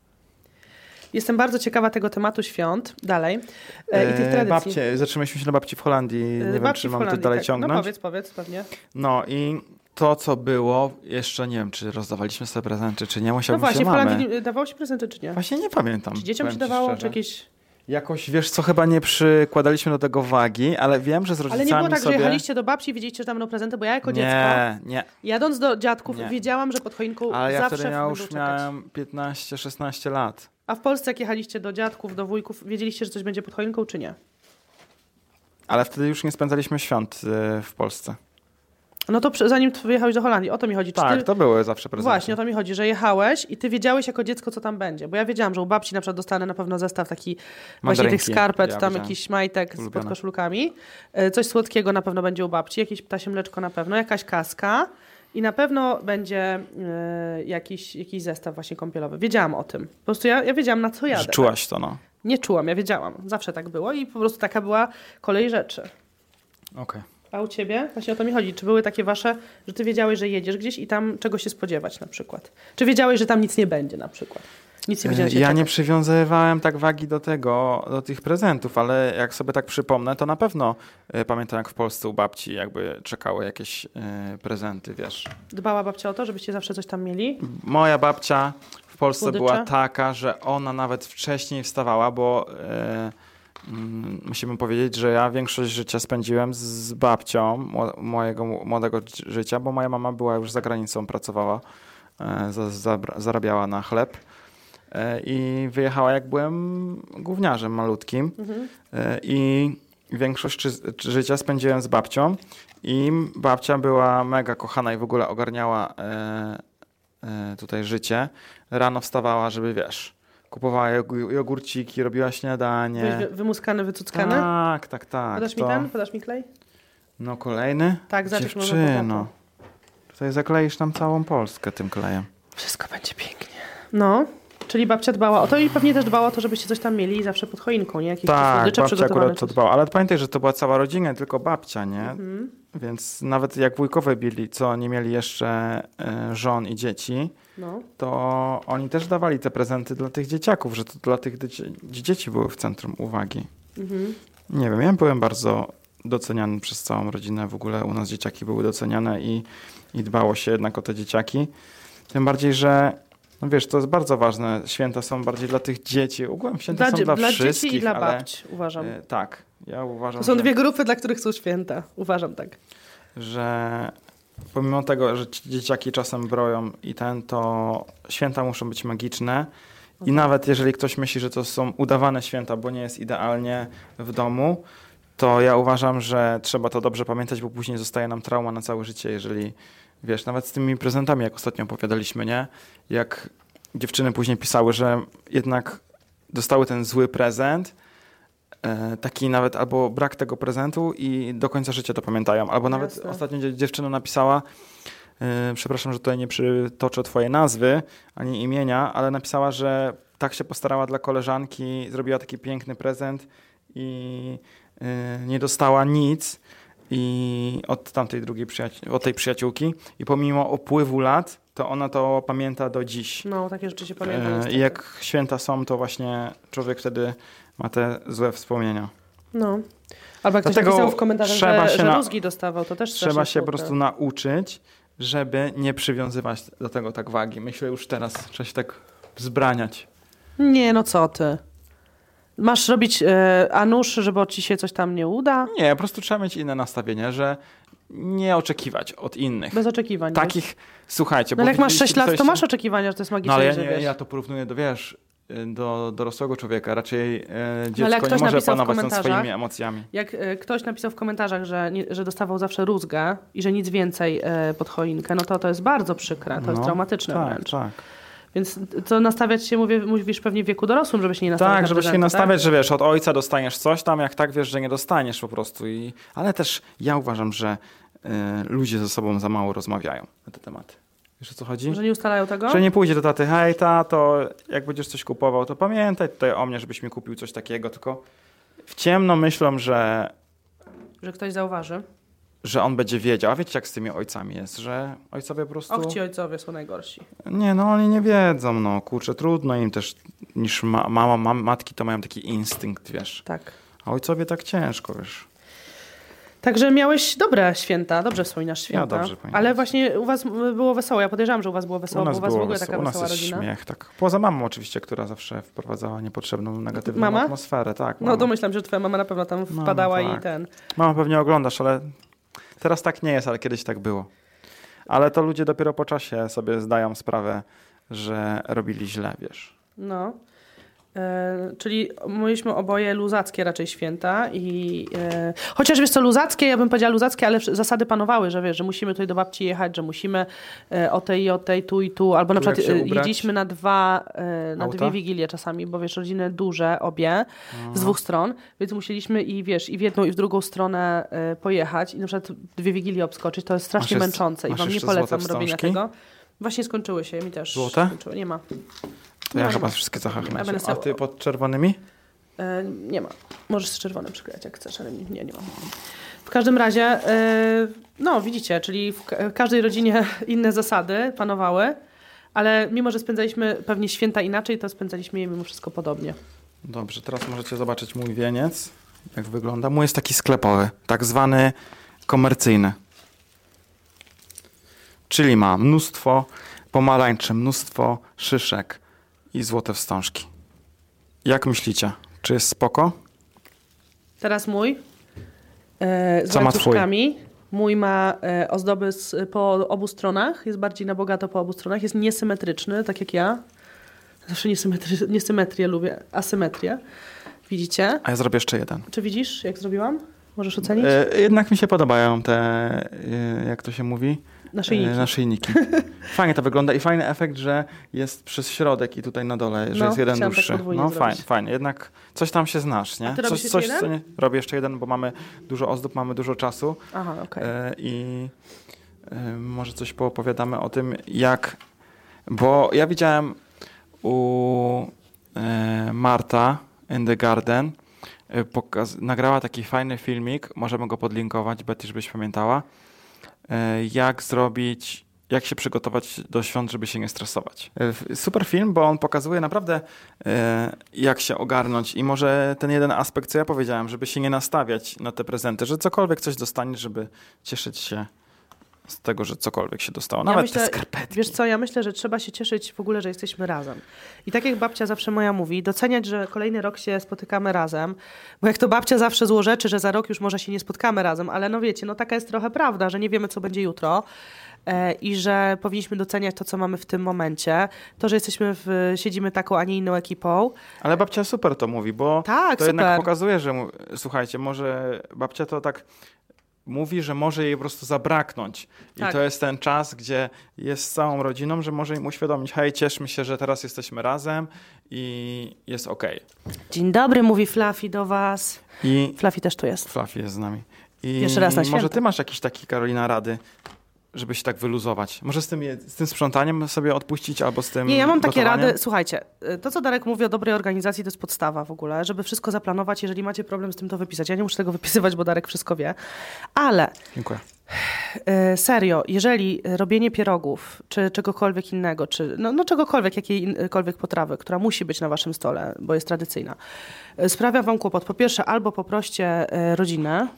Jestem bardzo ciekawa tego tematu świąt dalej e, i tych E, tradycji. Babcie, zatrzymaliśmy się na babci w Holandii, E, nie wiem, babci czy w mamy to Holandii, dalej tak. ciągnąć. No powiedz, powiedz, pewnie. No i to, co było, jeszcze nie wiem, czy rozdawaliśmy sobie prezenty, czy nie, No musiałbym właśnie, się w mamy. Holandii nie- dawało się prezenty, czy nie? Właśnie nie pamiętam. Czy dzieciom powiem się ci dawało, szczerze. czy jakieś... Jakoś, wiesz co, chyba nie przykładaliśmy do tego wagi, ale wiem, że z rodzicami Ale nie było tak, sobie... że jechaliście do babci i wiedzieliście, że tam będą prezenty, bo ja jako dziecko, Nie, nie. jadąc do dziadków, Nie. wiedziałam, że pod choinką Ale ja zawsze wtedy miał, będą już czekać. miałem piętnaście szesnaście lat. A w Polsce, jak jechaliście do dziadków, do wujków, wiedzieliście, że coś będzie pod choinką, czy nie? Ale wtedy już nie spędzaliśmy świąt y, w Polsce. No to przy- zanim ty wyjechałeś do Holandii, o to mi chodzi. Czy Tak, ty... to były zawsze prezenty. Właśnie, o to mi chodzi, że jechałeś i ty wiedziałeś jako dziecko, co tam będzie. Bo ja wiedziałam, że u babci na przykład dostanę na pewno zestaw taki właśnie tych Mandarynki. skarpet, Ja tam wiedziałem. jakiś majtek z Ulubione. podkoszulkami. E, Coś słodkiego na pewno będzie u babci, jakieś ptasie mleczko na pewno, jakaś kaska i na pewno będzie e, jakiś, jakiś zestaw właśnie kąpielowy. Wiedziałam o tym. Po prostu ja, ja wiedziałam, na co jadę. Że czułaś to, no. Nie czułam, ja wiedziałam. Zawsze tak było i po prostu taka była kolej rzeczy. Okej. A u ciebie? Właśnie o to mi chodzi. Czy były takie wasze, że ty wiedziałeś, że jedziesz gdzieś i tam czego się spodziewać na przykład? Czy wiedziałeś, że tam nic nie będzie na przykład? Nic nie będzie E, Ja nie przywiązywałem tak wagi do tego, do tych prezentów, ale jak sobie tak przypomnę, to na pewno e, pamiętam, jak w Polsce u babci jakby czekały jakieś e, prezenty, wiesz. Dbała babcia o to, żebyście zawsze coś tam mieli? Moja babcia w Polsce Słodycze? była taka, że ona nawet wcześniej wstawała, bo e, mm, musimy powiedzieć, że ja większość życia spędziłem z, z babcią mło- mojego młodego życia, bo moja mama była już za granicą, pracowała, e, za, zabra- zarabiała na chleb. E, I wyjechała, jak byłem gówniarzem malutkim. Mhm. E, I większość czy, czy życia spędziłem z babcią. I babcia była mega kochana i w ogóle ogarniała e, e, tutaj życie. Rano wstawała, żeby, wiesz, kupowała jog- jogurciki, robiła śniadanie. Byłeś wy- wymuskany, wycuckany? Tak, tak, tak. Podasz mi to- ten? Podasz mi klej? No kolejny? Tak, zapisz może po Dziewczyno. Tutaj zakleisz nam całą Polskę tym klejem. Wszystko będzie pięknie. No, czyli babcia dbała o to i pewnie też dbała o to, żebyście coś tam mieli zawsze pod choinką, nie? Jakieś Tak, słodycze babcia przygotowane. akurat to czy- dbała. Ale pamiętaj, że to była cała rodzina, nie tylko babcia, nie? Mhm. Więc nawet jak wujkowie byli, co nie mieli jeszcze e, żon i dzieci, No. to oni też dawali te prezenty dla tych dzieciaków, że to dla tych dzieci, dzieci były w centrum uwagi. Mhm. Nie wiem, ja byłem bardzo doceniany przez całą rodzinę. W ogóle u nas dzieciaki były doceniane i, i dbało się jednak o te dzieciaki. Tym bardziej, że no wiesz, to jest bardzo ważne. Święta są bardziej dla tych dzieci. Ogółem święta Dla, są dzie- dla, dla wszystkich, dzieci i dla ale, babci, uważam. e, tak, ja uważam, To są że, dwie grupy, dla których są święta. Uważam tak. że pomimo tego, że ci dzieciaki czasem broją i ten, to święta muszą być magiczne. I nawet jeżeli ktoś myśli, że to są udawane święta, bo nie jest idealnie w domu, to ja uważam, że trzeba to dobrze pamiętać, bo później zostaje nam trauma na całe życie, jeżeli, wiesz, nawet z tymi prezentami, jak ostatnio opowiadaliśmy, nie? Jak dziewczyny później pisały, że jednak dostały ten zły prezent, e, taki nawet albo brak tego prezentu i do końca życia to pamiętają. Albo nawet Jasne. ostatnio dziew- dziewczyna napisała, e, przepraszam, że tutaj nie przytoczę twojej nazwy, ani imienia, ale napisała, że tak się postarała dla koleżanki, zrobiła taki piękny prezent i e, nie dostała nic i od tamtej drugiej przyjaci- od tej przyjaciółki i pomimo upływu lat, to ona to pamięta do dziś. No, takie rzeczy się pamięta. E, niestety. I jak święta są, to właśnie człowiek wtedy ma te złe wspomnienia. No. Albo jak ktoś Dlatego napisał w komentarzach, trzeba że, się że na- rózgi dostawał, to też Trzeba strasznie się po smutne. prostu nauczyć, żeby nie przywiązywać do tego tak wagi. Myślę już teraz, trzeba się tak wzbraniać. Nie, no co ty. Masz robić e, a nuż, żeby ci się coś tam nie uda? Nie, po prostu trzeba mieć inne nastawienie, że nie oczekiwać od innych. Bez oczekiwań. wiesz? Takich, słuchajcie, No ale jak masz widzieliście, sześć lat, to pisaliście- masz oczekiwania, że to jest magiczne, No ale ja, że nie, wiesz. ja to porównuję do, wiesz, do dorosłego człowieka. Raczej e, dziecko jak nie ktoś może napisał w panować nad komentarzach, swoimi emocjami. Jak e, ktoś napisał w komentarzach, że, nie, że dostawał zawsze rózgę i że nic więcej e, pod choinkę, no to to jest bardzo przykre, to jest No, traumatyczne tak, wręcz. tak. Więc to nastawiać się, mówię, mówisz pewnie w wieku dorosłym, żeby się nie nastawiać Tak, na żeby się prezenty, nastawiać, że wiesz, od ojca dostaniesz coś tam, jak tak wiesz, że nie dostaniesz po prostu. I... Ale też ja uważam, że y, ludzie ze sobą za mało rozmawiają na te tematy. Wiesz, o co chodzi? Tak? Że nie ustalają tego? Że nie pójdzie do taty, hej tato, jak będziesz coś kupował, to pamiętaj tutaj o mnie, żebyś mi kupił coś takiego, tylko w ciemno myślą, że, Że ktoś zauważy. że on będzie wiedział. A wiecie, jak z tymi ojcami jest, że ojcowie po prostu... Och, ci ojcowie są najgorsi. Nie, no oni nie wiedzą, no kurczę, trudno im też, niż ma, mama, mam, matki to mają taki instynkt, wiesz. Tak. A ojcowie tak ciężko, wiesz. Także miałeś dobre święta, dobrze wspominasz święta. dobrze pamiętam. Ale właśnie u was było wesoło. Ja podejrzewam, że u was było wesoło, bo u was w ogóle wesoło. taka U nas wesoła jest rodzina. śmiech, tak. Poza mamą oczywiście, która zawsze wprowadzała niepotrzebną, negatywną Mama? atmosferę, tak. No mama. domyślam, że twoja mama na pewno tam Mama, wpadała tak. i ten. Mama pewnie oglądasz, ale teraz tak nie jest, ale kiedyś tak było. Ale to ludzie dopiero po czasie sobie zdają sprawę, że robili źle, wiesz. No. E, czyli mieliśmy oboje luzackie raczej święta i e, chociaż wiesz co, luzackie, ja bym powiedziała luzackie, ale zasady panowały, że wiesz, że musimy tutaj do babci jechać, że musimy e, o tej i o tej, tu i tu, albo na Tu jak przykład się e, ubrać? jeździliśmy na dwa, e, na Auta? dwie wigilie czasami, bo wiesz, rodziny duże, obie, z dwóch stron, więc musieliśmy i wiesz, i w jedną i w drugą stronę e, pojechać i na przykład dwie wigilie obskoczyć, to jest strasznie Masz jeszcze- męczące i masz wam nie jeszcze polecam złote robienia wstążki? tego. Właśnie skończyły się, mi też Złote? skończyły. Nie ma. To ja No, chyba no. wszystkie Ja zachachnę. będę A sobie- ty pod czerwonymi? E, nie ma. Możesz z czerwonym przyklejać jak chcesz, ale nie, nie mam. W każdym razie, e, no widzicie, czyli w, ka- w każdej rodzinie inne zasady panowały, ale mimo, że spędzaliśmy pewnie święta inaczej, to spędzaliśmy je mimo wszystko podobnie. Dobrze, teraz możecie zobaczyć mój wieniec, jak wygląda. Mój jest taki sklepowy, tak zwany komercyjny. Czyli ma mnóstwo pomarańczy, mnóstwo szyszek i złote wstążki. Jak myślicie? Czy jest spoko? Teraz mój e, z Co ma twój? łańcuszkami. Mój ma e, ozdoby z, po obu stronach, jest bardziej na bogato po obu stronach, jest niesymetryczny, tak jak ja. Zawsze niesymetry, niesymetrię lubię, asymetrię. Widzicie? A ja zrobię jeszcze jeden. Czy widzisz, jak zrobiłam? Możesz ocenić? E, jednak mi się podobają te, e, jak to się mówi? Naszyjniki. E, naszyjniki. Fajnie to wygląda i fajny efekt, że jest przez środek i tutaj na dole, że No, jest jeden chciałam tak dłuższy. podwójnie No zrobić. fajnie, fajnie. Jednak coś tam się znasz, nie? A ty robisz coś, jeszcze coś, jeden? co nie? Robię jeszcze jeden, bo mamy dużo ozdób, mamy dużo czasu. Aha, okej. E, I e, może coś poopowiadamy o tym, jak... Bo ja widziałem u e, Marta in the Garden, e, pokaz, nagrała taki fajny filmik, możemy go podlinkować, Betty, żebyś pamiętała, e, jak zrobić, jak się przygotować do świąt, żeby się nie stresować. E, super film, bo on pokazuje naprawdę, e, jak się ogarnąć i może ten jeden aspekt, co ja powiedziałem, żeby się nie nastawiać na te prezenty, że cokolwiek coś dostaniesz, żeby cieszyć się z tego, że cokolwiek się dostało. Ja Nawet myślę, te skarpetki. Wiesz co, ja myślę, że trzeba się cieszyć w ogóle, że jesteśmy razem. I tak jak babcia zawsze moja mówi, doceniać, że kolejny rok się spotykamy razem, bo jak to babcia zawsze złorzeczy, że za rok już może się nie spotkamy razem, ale no wiecie, no taka jest trochę prawda, że nie wiemy, co będzie jutro e, i że powinniśmy doceniać to, co mamy w tym momencie. To, że jesteśmy w, siedzimy taką, a nie inną ekipą. Ale babcia super to mówi, bo Tak, to super. jednak pokazuje, że mu- słuchajcie, może babcia to tak mówi, że może jej po prostu zabraknąć. I Tak. to jest ten czas, gdzie jest z całą rodziną, że może im uświadomić, hej, cieszmy się, że teraz jesteśmy razem i jest okej. Dzień dobry, mówi Fluffy do was. I Fluffy też tu jest. Fluffy jest z nami. I Jeszcze raz na może święta. ty masz jakieś takie, Karolina, rady, żeby się tak wyluzować? Może z tym, je- z tym sprzątaniem sobie odpuścić, albo z tym Nie, ja mam takie gotowaniem? rady. Słuchajcie, to co Darek mówi o dobrej organizacji, to jest podstawa w ogóle, żeby wszystko zaplanować. Jeżeli macie problem z tym, to wypisać. Ja nie muszę tego wypisywać, bo Darek wszystko wie. Ale Dziękuję. e, serio, jeżeli robienie pierogów, czy czegokolwiek innego, czy no, no czegokolwiek, jakiejkolwiek potrawy, która musi być na waszym stole, bo jest tradycyjna, e, sprawia wam kłopot. Po pierwsze, albo poproście e, rodzinę,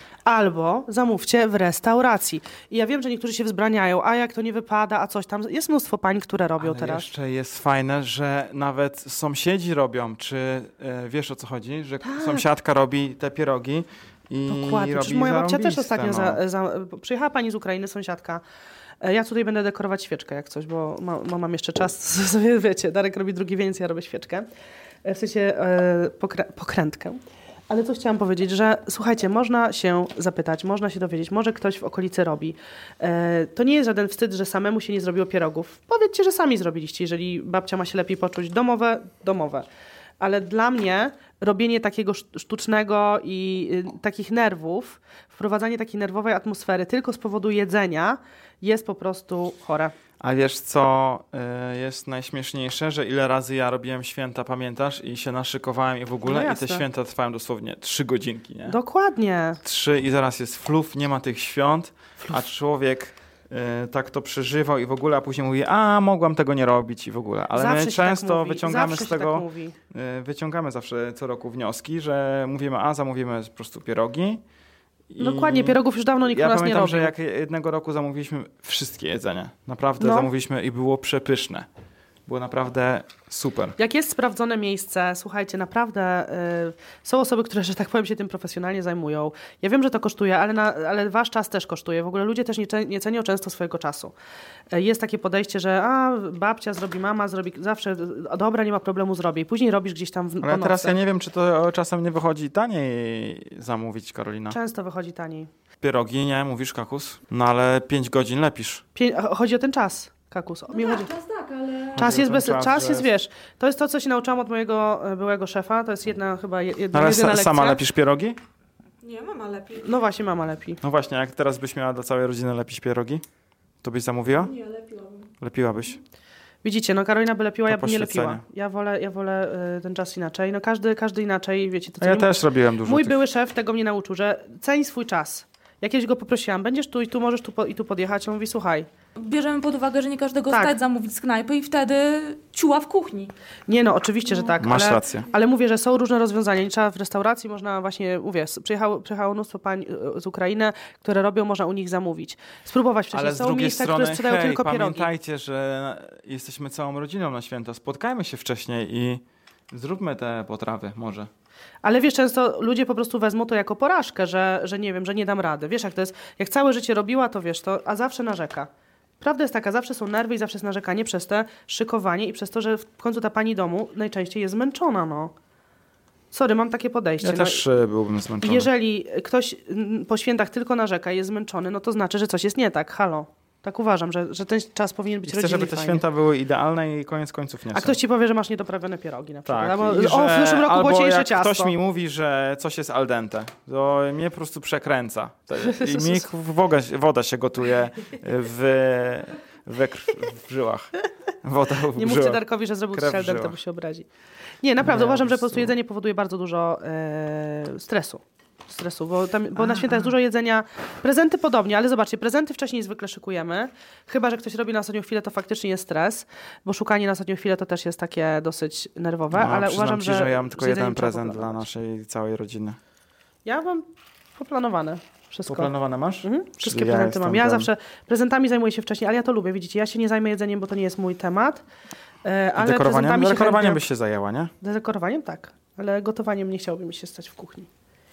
albo zamówcie w restauracji. I ja wiem, że niektórzy się wzbraniają, a jak to nie wypada, a coś tam. Jest mnóstwo pań, które robią Ale teraz. jeszcze jest fajne, że nawet sąsiedzi robią, czy e, wiesz o co chodzi, że sąsiadka robi te pierogi i Dokładnie. robi Przecież moja babcia też zarąbiste, ostatnio no. za, za, przyjechała pani z Ukrainy, sąsiadka. E, Ja tutaj będę dekorować świeczkę jak coś, bo ma, ma, mam jeszcze czas. Sobie wiecie, Darek robi drugi wieniec, ja robię świeczkę. E, W sensie e, pokrę, pokrętkę. Ale coś chciałam powiedzieć, że słuchajcie, można się zapytać, można się dowiedzieć, może ktoś w okolicy robi. E, to nie jest żaden wstyd, że samemu się nie zrobiło pierogów. Powiedzcie, że sami zrobiliście, jeżeli babcia ma się lepiej poczuć. Domowe, domowe. Ale dla mnie robienie takiego sz- sztucznego i y, takich nerwów, wprowadzanie takiej nerwowej atmosfery tylko z powodu jedzenia jest po prostu chore. A wiesz co y, jest najśmieszniejsze, że ile razy ja robiłem święta, pamiętasz? I się naszykowałem i w ogóle No i te jasne. święta trwają dosłownie trzy godzinki, nie? Dokładnie. Trzy i zaraz jest fluf, nie ma tych świąt, a człowiek y, tak to przeżywał i w ogóle, a później mówi, a mogłam tego nie robić i w ogóle. Ale Zawsze my się tak często mówi. wyciągamy Zawsze z się tego, tak mówi. y, wyciągamy zawsze co roku wnioski, że mówimy, a zamówimy po prostu pierogi. I Dokładnie, pierogów już dawno nikt ja u nas nie pamiętam, robi. że jak jednego roku zamówiliśmy wszystkie jedzenie. Naprawdę No. zamówiliśmy i było przepyszne. Było naprawdę super. Jak jest sprawdzone miejsce, słuchajcie, naprawdę y, są osoby, które, że tak powiem, się tym profesjonalnie zajmują. Ja wiem, że to kosztuje, ale, na, ale wasz czas też kosztuje. W ogóle ludzie też nie, cze- nie cenią często swojego czasu. Y, jest takie podejście, że a, babcia zrobi, mama zrobi, zawsze, a dobra, nie ma problemu, zrobię. I później robisz gdzieś tam w, po Ale teraz nocy. ja nie wiem, czy to czasem nie wychodzi taniej zamówić, Karolina. Często wychodzi taniej. Pierogi, nie? Mówisz, kakus? No ale pięć godzin lepisz. Pię- chodzi o ten czas, kakus. No Mi tak, chodzi... czas tak, ale... Czas Chodzi o jest, ten bez, czas, czas że- jest, wiesz, to jest to, co się nauczyłam od mojego e, byłego szefa. To jest jedna chyba je- jedna, Ale jedyna sa- lekcja. sama lepisz pierogi? Nie, mama lepiej. No właśnie, mama lepi. No właśnie, jak teraz byś miała dla całej rodziny lepić pierogi, to byś zamówiła? Nie, lepiłabym. Lepiłabyś. Widzicie, no Karolina by lepiła, To ja bym nie lepiła. poświęcenie. Ja wolę, ja wolę y, ten czas inaczej. No każdy, każdy inaczej, wiecie. To, co A ja nie- też robiłem dużo Mój tych... były szef tego mnie nauczył, że ceń swój czas. Jak kiedyś go poprosiłam, będziesz tu i tu, możesz tu po, i tu podjechać. On mówi, słuchaj, Bierzemy pod uwagę, że nie każdego Tak. stać zamówić z knajpy i wtedy ciuła w kuchni. nie no, oczywiście, że tak, Masz ale, rację. ale mówię, że są różne rozwiązania. Nie trzeba w restauracji, można właśnie, mówię, s- przyjechało, przyjechało mnóstwo pań y, z Ukrainy, które robią, można u nich zamówić. Spróbować wcześniej. Ale z Są drugiej miejsca, strony, które sprzedają hej, tylko pierogi. pamiętajcie, że jesteśmy całą rodziną na święta. Spotkajmy się wcześniej i zróbmy te potrawy może. Ale wiesz, często ludzie po prostu wezmą to jako porażkę, że, że nie wiem, że nie dam rady. Wiesz, jak to jest, jak całe życie robiła, to wiesz, to, a zawsze narzeka. Prawda jest taka, zawsze są nerwy i zawsze jest narzekanie przez te szykowanie i przez to, że w końcu ta pani domu najczęściej jest zmęczona, no. Sorry, mam takie podejście. Ja no. też e, byłbym I zmęczony. jeżeli ktoś mm, po świętach tylko narzeka i jest zmęczony, no to znaczy, że coś jest nie tak. Halo. Tak uważam, że, że ten czas powinien być Chcę, rodzinny żeby i te fajny. święta były idealne i koniec końców nie A są. ktoś ci powie, że masz niedoprawione pierogi na przykład. Tak, Albo, i o, w że- zeszłym roku albo było cieńsze jak ciasto. ktoś mi mówi, że coś jest al dente, to mnie po prostu przekręca. To- I mi woda, woda się gotuje w, we krw, w żyłach. Woda w Nie mówcie żyłach. Darkowi, że zrobił Krew w coś to żyłach. bo się obrazi. Nie, naprawdę Nie, uważam, po że po prostu prostu- jedzenie powoduje bardzo dużo e, stresu. Stresu, bo, tam, bo na święta jest dużo jedzenia. Prezenty podobnie, ale zobaczcie, prezenty wcześniej zwykle szykujemy. Chyba że ktoś robi na ostatnią chwilę, to faktycznie jest stres, bo szukanie na ostatnią chwilę to też jest takie dosyć nerwowe, No, ale przyznam uważam, ci, że. że ja mam tylko z jedzeniem jeden trzeba prezent dla poplanować. naszej całej rodziny. Ja mam poplanowane. Wszystko. Poplanowane masz? Mhm. Wszystkie Czyli ja prezenty mam. jestem Ja ten- zawsze prezentami zajmuję się wcześniej, ale ja to lubię, widzicie, ja się nie zajmę jedzeniem, bo to nie jest mój temat. E, ale Dekorowaniem? prezentami się Dekorowaniem chętnie... byś się zajęła, nie? Dekorowaniem tak, ale gotowaniem nie chciałoby mi się stać w kuchni.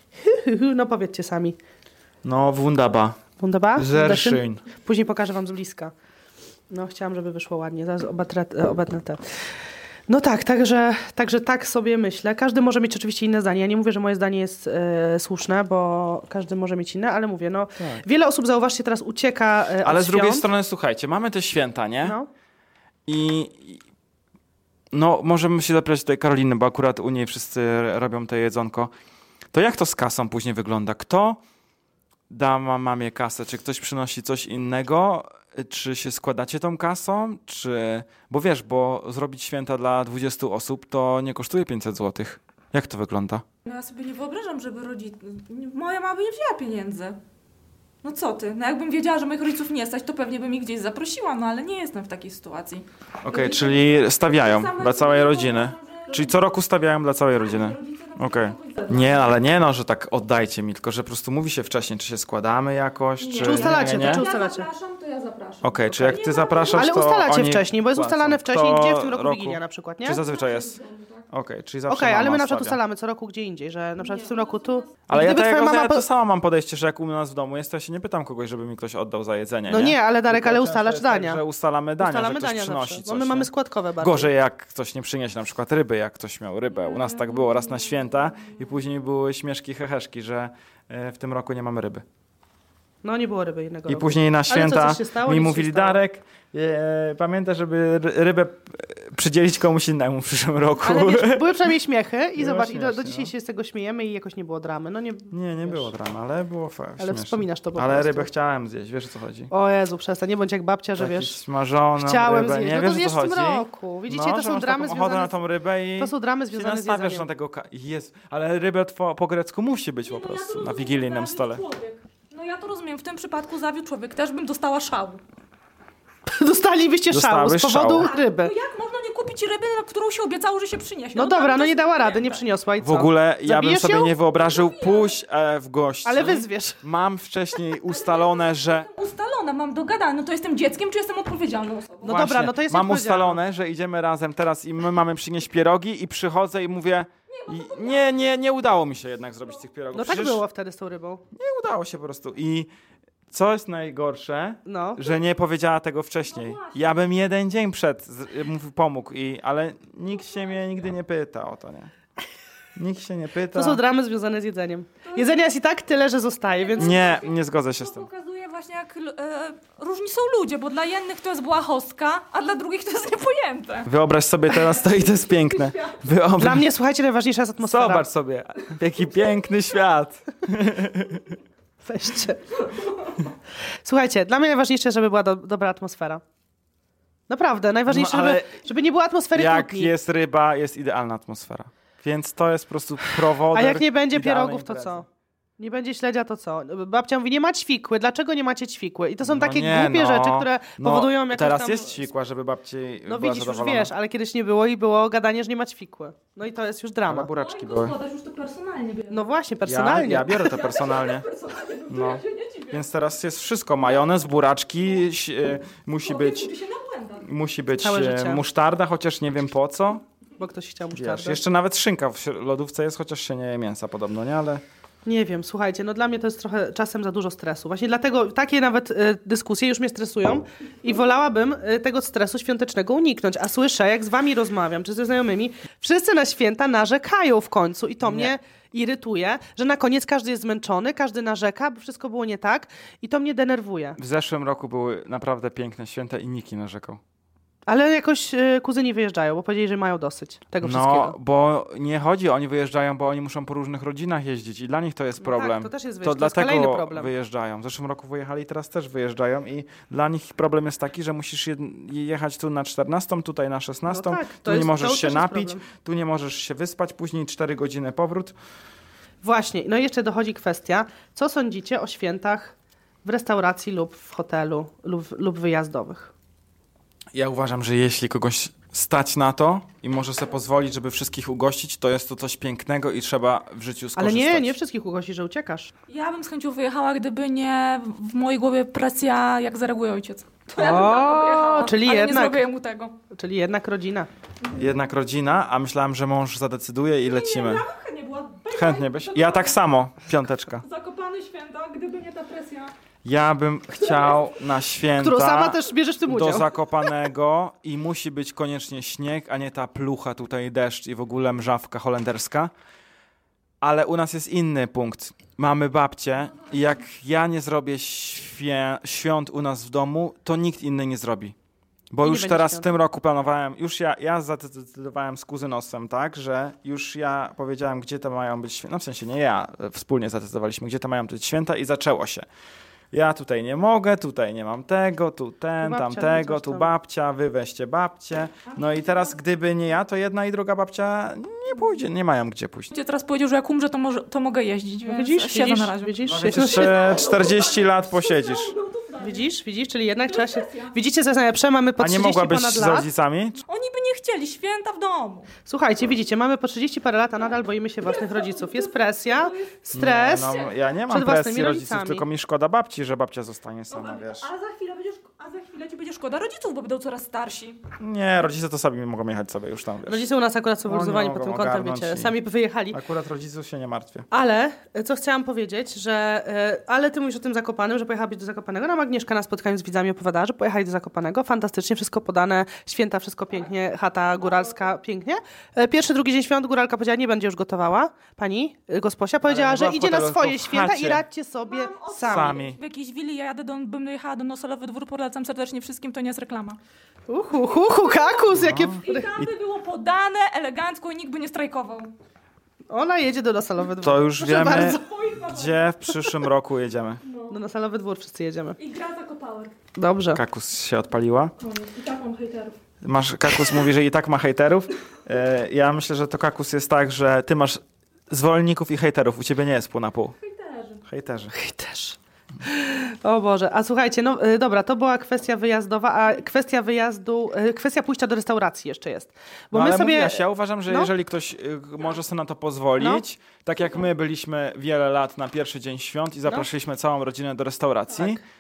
No powiedzcie sami. No, wunderbar. Wunderbar? Sehr Wunderschön? schön. Później pokażę wam z bliska. No, chciałam, żeby wyszło ładnie. Zaraz obetrę, e, obetnę te. No tak, także, także tak sobie myślę. Każdy może mieć oczywiście inne zdanie. Ja nie mówię, że moje zdanie jest e, słuszne, bo każdy może mieć inne, ale mówię, no Tak. wiele osób, zauważcie, teraz ucieka e, Ale od z drugiej świąt. strony, słuchajcie, mamy te święta, nie? No. I i- no, możemy się zapytać tutaj Karoliny, bo akurat u niej wszyscy robią to jedzonko. To jak to z kasą później wygląda? Kto da ma- mamie kasę? Czy ktoś przynosi coś innego? Czy się składacie tą kasą? Czy... Bo wiesz, bo zrobić święta dla dwudziestu osób to nie kosztuje pięćset złotych. Jak to wygląda? No ja sobie nie wyobrażam, żeby rodzic... Moja mama by nie wzięła pieniędzy. No co ty? No jakbym wiedziała, że moich rodziców nie stać, to pewnie bym ich gdzieś zaprosiła, no ale nie jestem w takiej sytuacji. Okej, czyli stawiają Same dla całej sobie rodziny. wyobrażam, że Czyli co roku stawiają dla całej rodziny. rodzice na Okej. przykład kogoś zabiorą. Nie, ale nie no, że tak oddajcie mi, tylko że po prostu mówi się wcześniej, czy się składamy jakoś, Nie. czy... Czy ustalacie nie, to, nie? czy Ja ustalacie? zapraszam, to ja zapraszam. Okej, czy jak Nie ty ma- zapraszasz, Ale to ustalacie oni wcześniej, bo jest płacą. ustalane wcześniej, Kto gdzie w tym roku, Wigilia na przykład, nie? Czy Okej, zazwyczaj jest? Okej, czyli zawsze ale mama my na przykład stawia. ustalamy co roku gdzie indziej, że na przykład w tym roku tu... Ale ja, Gdyby tak, twoja ja mama to po- samo mam podejście, że jak u nas w domu jest, to ja się nie pytam kogoś, żeby mi ktoś oddał za jedzenie, No nie, ale Darek, Tylko ale często ustalasz jest tak, dania. że ustalamy dania, Ustalamy że ktoś dania przynosi zawsze, coś, bo my nie? mamy składkowe bardzo. Gorzej jak ktoś nie przyniesie na przykład ryby, jak ktoś miał rybę. U nas tak było raz na święta i później były śmieszki, heheszki, że e, w tym roku nie mamy ryby. No nie było ryby innego I roku. później na co, święta coś się stało? mi Nic się mówili, stało. Darek, e, pamiętaj, żeby ry- rybę e, przydzielić komuś innemu w przyszłym roku. Ale wiesz, były przynajmniej śmiechy i Było zobacz, i do, do śmiesznie, dzisiaj no. się z tego śmiejemy i jakoś nie było dramy. No nie, Nie, nie wiesz. było dramy, ale było fa- Ale śmieszne. wspominasz to po Ale prostu. rybę chciałem zjeść, wiesz o co chodzi? O Jezu, przestań, nie bądź jak babcia, że Jakieś wiesz, smażoną chciałem rybę, zjeść. nie No wiesz to o zjesz co w tym chodzi? roku. Widzicie, no, to że są masz dramy taką ochotę związane na tą rybę i To są dramy się związane z nastawiasz jedzeniem. na tego... Ka- jest, ale rybę two- po grecku musi być po Nie, no ja to prostu na rozumiem, wigilijnym zawiódł stole. człowiek. No ja to rozumiem, w tym przypadku zawiódł człowiek, też bym dostała szału. Dostalibyście szału z Dostałeś powodu szału. ryby. No jak można nie kupić ryby, na którą się obiecało, że się przyniesie? No dla dobra, mnie no to nie dała jest rady, nie niepojęte. przyniosła i co? W ogóle ja bym Zabijesz sobie ją? nie wyobrażył pójść e, w gości. Ale wyzwiesz. Mam wcześniej ustalone, że... Ustalona, mam dogadane, no to jestem dzieckiem, czy jestem odpowiedzialną osobą? No dobra, no to jest Mam jak powiedziałam. ustalone, że idziemy razem teraz i my mamy przynieść pierogi i przychodzę i mówię... i- Nie, nie, nie udało mi się jednak zrobić tych pierogów. No tak Przecież było wtedy z tą rybą. Nie udało się po prostu. I co jest najgorsze, No. że nie powiedziała tego wcześniej. No właśnie. Ja bym jeden dzień przed z- mu pomógł, i, ale nikt się mnie nigdy nie pyta o to, nie? Nikt się nie pyta. To są dramy związane z jedzeniem. Jedzenia jest i tak tyle, że zostaje, więc... Nie, nie zgodzę się z To tym. pokazuje właśnie, jak e, różni są ludzie, bo dla jednych to jest błahostka, a dla drugich to jest niepojęte. Wyobraź sobie teraz to i to jest piękne. Wyobraź... Dla mnie, słuchajcie, najważniejsza jest atmosfera. Zobacz sobie, jaki piękny świat. Weźcie. Słuchajcie, dla mnie najważniejsze, żeby była do, dobra atmosfera. Naprawdę, najważniejsze, No, ale żeby, żeby nie było atmosfery Jak kłótni. jest ryba, jest idealna atmosfera. Więc to jest po prostu prowoder A jak nie będzie idealnej pierogów, to imprezy. co? Nie będzie śledzia, to co? Babcia mówi, nie ma ćwikły. Dlaczego nie macie ćwikły? I to są No takie nie, głupie no. rzeczy, które No, powodują jakąś teraz tam... jest ćwikła, żeby babci No była widzisz, już zadowolona. wiesz, ale kiedyś nie było i było gadanie, że nie ma ćwikły. No i to jest już Ale drama. buraczki No i były. gospodarz już to personalnie bierze. No właśnie, Ja, personalnie. ja biorę to personalnie. No. Więc teraz jest wszystko. Majonez, buraczki, ś- e, musi być, Uczy się na błędach. musi być Całe e, życie. musztarda, chociaż nie wiem po co. Bo ktoś chciał Wiesz, musztardę. jeszcze nawet szynka w śr- lodówce jest, chociaż się nie je mięsa podobno, nie? Ale Nie wiem, słuchajcie, no dla mnie to jest trochę czasem za dużo stresu. Właśnie dlatego takie nawet y, dyskusje już mnie stresują i wolałabym y, tego stresu świątecznego uniknąć. A słyszę, jak z wami rozmawiam, czy ze znajomymi, wszyscy na święta narzekają w końcu i to Nie. mnie irytuje, że na koniec każdy jest zmęczony, każdy narzeka, bo wszystko było nie tak i to mnie denerwuje. w zeszłym roku były naprawdę piękne święta i nikt nie narzekał. Ale jakoś y, kuzyni wyjeżdżają, bo powiedzieli, że mają dosyć tego No, wszystkiego. bo nie chodzi, oni wyjeżdżają, bo oni muszą po różnych rodzinach jeździć i dla nich to jest No problem. tak, to też jest, wiesz, to to jest dlatego kolejny problem. wyjeżdżają. W zeszłym roku wyjechali, teraz też wyjeżdżają i dla nich problem jest taki, że musisz jed- jechać tu na czternastą, tutaj na szesnastą, No tak, to tu jest- nie to możesz też się jest napić, problem. tu nie możesz się wyspać, później cztery godziny powrót. Właśnie, no i jeszcze dochodzi kwestia, co sądzicie o świętach w restauracji lub w hotelu lub, lub wyjazdowych? Ja uważam, że jeśli kogoś stać na to i może sobie pozwolić, żeby wszystkich ugościć, to jest to coś pięknego i trzeba w życiu Ale skorzystać. nie, nie wszystkich ugości, że uciekasz. Ja bym z chęcią wyjechała, gdyby nie w mojej głowie presja, jak zareaguje ojciec. To ja bym O, tam wyjechała, czyli ale jednak- nie zrobię mu tego. Czyli jednak rodzina. Jednak rodzina, a myślałem, że mąż zadecyduje i lecimy. Chętnie była. Chętnie byś. Ja tak samo, piąteczka. Zakopane święta, gdyby nie ta presja. Ja bym chciał na święta Którą sama też bierzesz w tym do udział. Zakopanego i musi być koniecznie śnieg, a nie ta plucha tutaj, deszcz i w ogóle mrzawka holenderska. Ale u nas jest inny punkt. Mamy babcię i jak ja nie zrobię świe- świąt u nas w domu, to nikt inny nie zrobi. Bo I nie już będzie teraz świąt. w tym roku planowałem, już ja, ja zadecydowałem z kuzynosem, tak, że już ja powiedziałem, gdzie to mają być święta. No w sensie nie ja, wspólnie zadecydowaliśmy, gdzie to mają być święta i zaczęło się. Ja tutaj nie mogę, tutaj nie mam tego, tu ten, Tu babcia, tamtego, coś tu tam. babcia, wy weźcie babcię. No i teraz gdyby nie ja, to jedna i druga babcia nie pójdzie, nie mają gdzie pójść. Ojciec teraz powiedział, że jak umrze, to, może, to mogę jeździć, więc Widzisz, siedzę widzisz, na razie. widzisz, Więc jeszcze czterdzieści lat posiedzisz. widzisz, widzisz, czyli jednak trzeba się... Widzicie, co jest najlepsze? Mamy po A nie trzydzieści mogłabyś ponad z lat. rodzicami? Oni by nie chcieli święta w domu. Słuchajcie, widzicie, mamy po trzydzieści parę lat, a nadal boimy się własnych rodziców. Jest presja, stres. Nie, no, ja nie mam przed własnymi presji rodziców, rodzicami. tylko mi szkoda babci, że babcia zostanie sama, wiesz. A za chwilę będziesz, a za chwilę ci będzie szkoda rodziców, bo będą coraz starsi. Nie, rodzice to sami mogą jechać sobie już tam, wiesz. Rodzice u nas akurat są Oni wyluzowani mogą pod tym kątem, ogarnąć wiecie, i- sami by wyjechali. Akurat rodziców się nie martwię. Ale, e, co chciałam powiedzieć, że, e, ale ty mówisz o tym Zakopanem, że pojechałabyś do Zakopanego. Nam Agnieszka na spotkaniu z widzami opowiadała, że pojechali do Zakopanego. Fantastycznie, wszystko podane, święta, wszystko pięknie, chata góralska, pięknie. E, Pierwszy, drugi dzień świąt góralka powiedziała, nie będzie już gotowała. Pani e, gosposia powiedziała, nie że była w idzie na hotelu, swoje tylko w święta i chacie. radźcie sobie sami. Sami. W jakiejś willi ja jadę do, bym dojechała do Nosolowy Dwór, polecam serdecznie wszystkim, to nie jest reklama. Uhu, uhu, kakus, jakie... I tam by było podane elegancko i nikt by nie strajkował. Ona jedzie do Nosalowy Dwór. To już Proszę wiemy, bardzo. gdzie w przyszłym roku jedziemy. Do Nosalowy Dwór wszyscy jedziemy. I gra Zakopower. Dobrze. Kakus się odpaliła. I tak mam hejterów. Masz, Kakus mówi, że i tak ma hejterów. E, Ja myślę, że to Kakus jest tak, że ty masz zwolenników i hejterów. U ciebie nie jest pół na pół. Hejterzy. Hejterzy. Też. O Boże, a słuchajcie, no y, dobra, to była kwestia wyjazdowa, a kwestia wyjazdu, y, kwestia pójścia do restauracji jeszcze jest. Bo No my ale sobie... mówiłaś, ja uważam, że No. jeżeli ktoś y, może sobie na to pozwolić, tak jak my byliśmy wiele lat na pierwszy dzień świąt i zaprosiliśmy całą rodzinę do restauracji, Tak.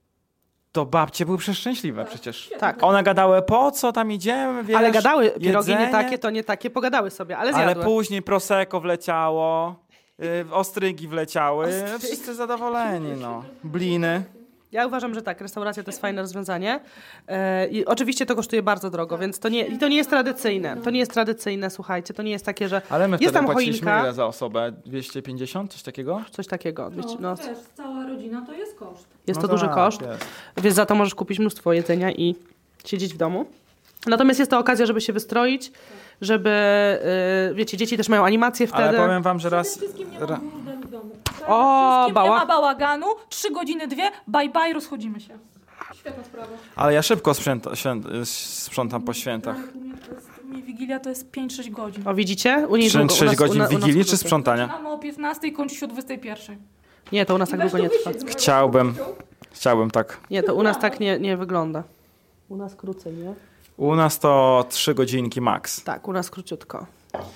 to babcie były przeszczęśliwe przecież. Tak. One gadały, po co tam idziemy, wiesz, Ale gadały, pierogi nie jedzenie, takie, to nie takie, pogadały sobie, ale zjadły. ale później prosecco wleciało, y, ostrygi wleciały, wszyscy zadowoleni, no. Bliny. Ja uważam, że tak, restauracja to jest fajne rozwiązanie. E, I oczywiście to kosztuje bardzo drogo, więc to nie, i to nie jest tradycyjne. To nie jest tradycyjne, słuchajcie, to nie jest takie, że Ale my jest wtedy tam płaciliśmy choinka, ile za osobę? dwieście pięćdziesiąt? Coś takiego? coś takiego. No, No, no wiesz, cała rodzina to jest koszt. jest No to duży tak, koszt, jest. więc za to możesz kupić mnóstwo jedzenia i siedzieć w domu. Natomiast jest to okazja, żeby się wystroić, żeby, y, wiecie, dzieci też mają animacje wtedy. Ale powiem wam, że Przede raz... wszystkim nie ra- ma burdelu w domu. O, Wszystkim nie bała. ma bałaganu, trzy godziny, dwie, bye bye, rozchodzimy się. Świetna sprawa. Ale ja szybko sprząta, święt, sprzątam po świętach. Ale u mnie, to jest, u mnie Wigilia to jest pięć sześć godzin. O, widzicie? U niej długo. U sześć nas- godzin u na- u nas wigilii czy krócej. sprzątania? Zaczynamy o piętnastej, kończy się o dwudziestej pierwszej. Nie, to u nas tak długo nie trwa. Chciałbym. Chciałbym tak. Nie, to u nas tak nie, nie wygląda. U nas krócej, nie? U nas to trzy godzinki max. Tak, u nas króciutko.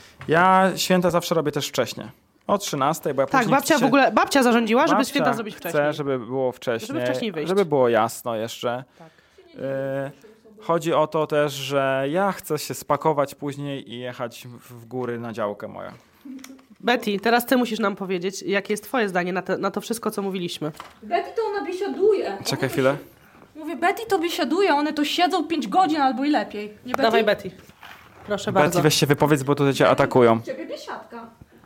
Ja święta zawsze robię też wcześniej. O trzynastej, bo ja Tak, później babcia chcę- w ogóle, babcia zarządziła, żeby babcia święta zrobić wcześniej. Chcę, żeby było wcześniej. Żeby wcześniej wyjść. Żeby było jasno jeszcze. Tak. E, chodzi o to też, że ja chcę się spakować później i jechać w, w góry na działkę moją. Betty, teraz ty musisz nam powiedzieć, jakie jest twoje zdanie na, te, na to wszystko, co mówiliśmy. Betty to ona biesiaduje. Czekaj chwilę. Mówię, Betty to biesiaduje, one to siedzą pięć godzin albo i lepiej. Nie Betty? Dawaj, Betty. Proszę Betty, bardzo. weź się wypowiedz, bo tutaj cię atakują. Ciebie biesiadka.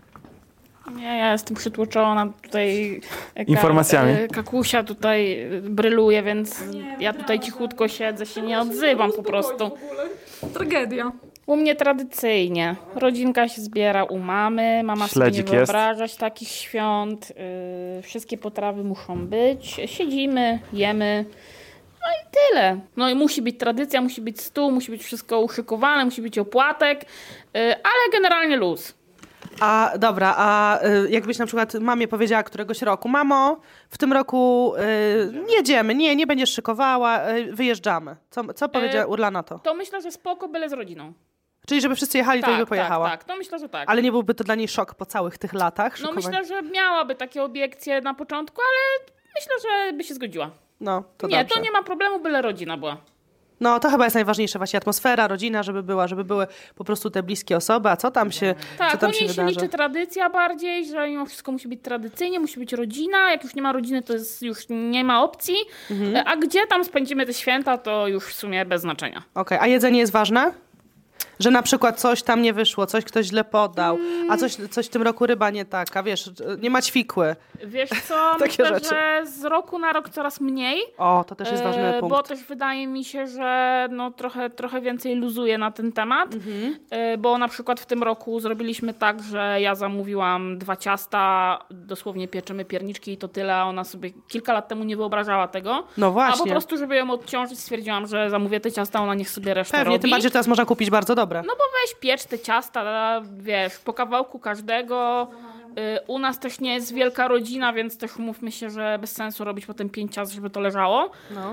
Nie, ja jestem przytłoczona tutaj. Ka- Informacjami. e, Kakusia tutaj e, bryluje, więc ja tutaj cichutko siedzę, się nie odzywam po prostu. Tragedia. U mnie tradycyjnie. Rodzinka się zbiera u mamy, mama Śledzik sobie nie jest. wyobrażać takich świąt. y, wszystkie potrawy muszą być. Siedzimy, jemy. No i tyle. No i musi być tradycja, musi być stół, musi być wszystko uszykowane, musi być opłatek, y, ale generalnie luz. A dobra, a y, jakbyś na przykład mamie powiedziała któregoś roku, mamo, w tym roku y, jedziemy, nie, nie będziesz szykowała, y, wyjeżdżamy. Co, co powiedziała Urla na to? To myślę, że spoko, byle z rodziną. Czyli żeby wszyscy jechali, to Tak, by pojechała. tak, tak, to myślę, że tak. Ale nie byłby to dla niej szok po całych tych latach No szykowania? myślę, że miałaby takie obiekcje na początku, ale myślę, że by się zgodziła. No, to nie, dobrze. to nie ma problemu, byle rodzina była. No, to chyba jest najważniejsze, właśnie atmosfera, rodzina, żeby była, żeby były po prostu te bliskie osoby, a co tam się, co Tak, tam u się niej się wydarzy? liczy tradycja bardziej, że mimo wszystko musi być tradycyjnie, musi być rodzina. Jak już nie ma rodziny, to jest, już nie ma opcji. Mhm. A gdzie tam spędzimy te święta, to już w sumie bez znaczenia. Okej, a jedzenie jest ważne? Że na przykład coś tam nie wyszło, coś ktoś źle podał, a coś, coś w tym roku ryba nie taka, wiesz, nie ma ćwikły. Wiesz co, Takie myślę, rzeczy. że z roku na rok coraz mniej. O, to też jest ważny E, punkt. Bo też wydaje mi się, że no trochę, trochę więcej luzuje na ten temat, Mhm. E, bo na przykład w tym roku zrobiliśmy tak, że ja zamówiłam dwa ciasta, dosłownie pieczemy pierniczki i to tyle, a ona sobie kilka lat temu nie wyobrażała tego. No A po właśnie. prostu, żeby ją odciążyć, stwierdziłam, że zamówię te ciasta, ona niech sobie resztę Pewnie, robi. tym bardziej, że teraz można kupić bardzo dobre. No bo weź piecz te ciasta, wiesz, po kawałku każdego. Y, U nas też nie jest wielka rodzina, więc też umówmy się, że bez sensu robić potem pięć ciast, żeby to leżało. No.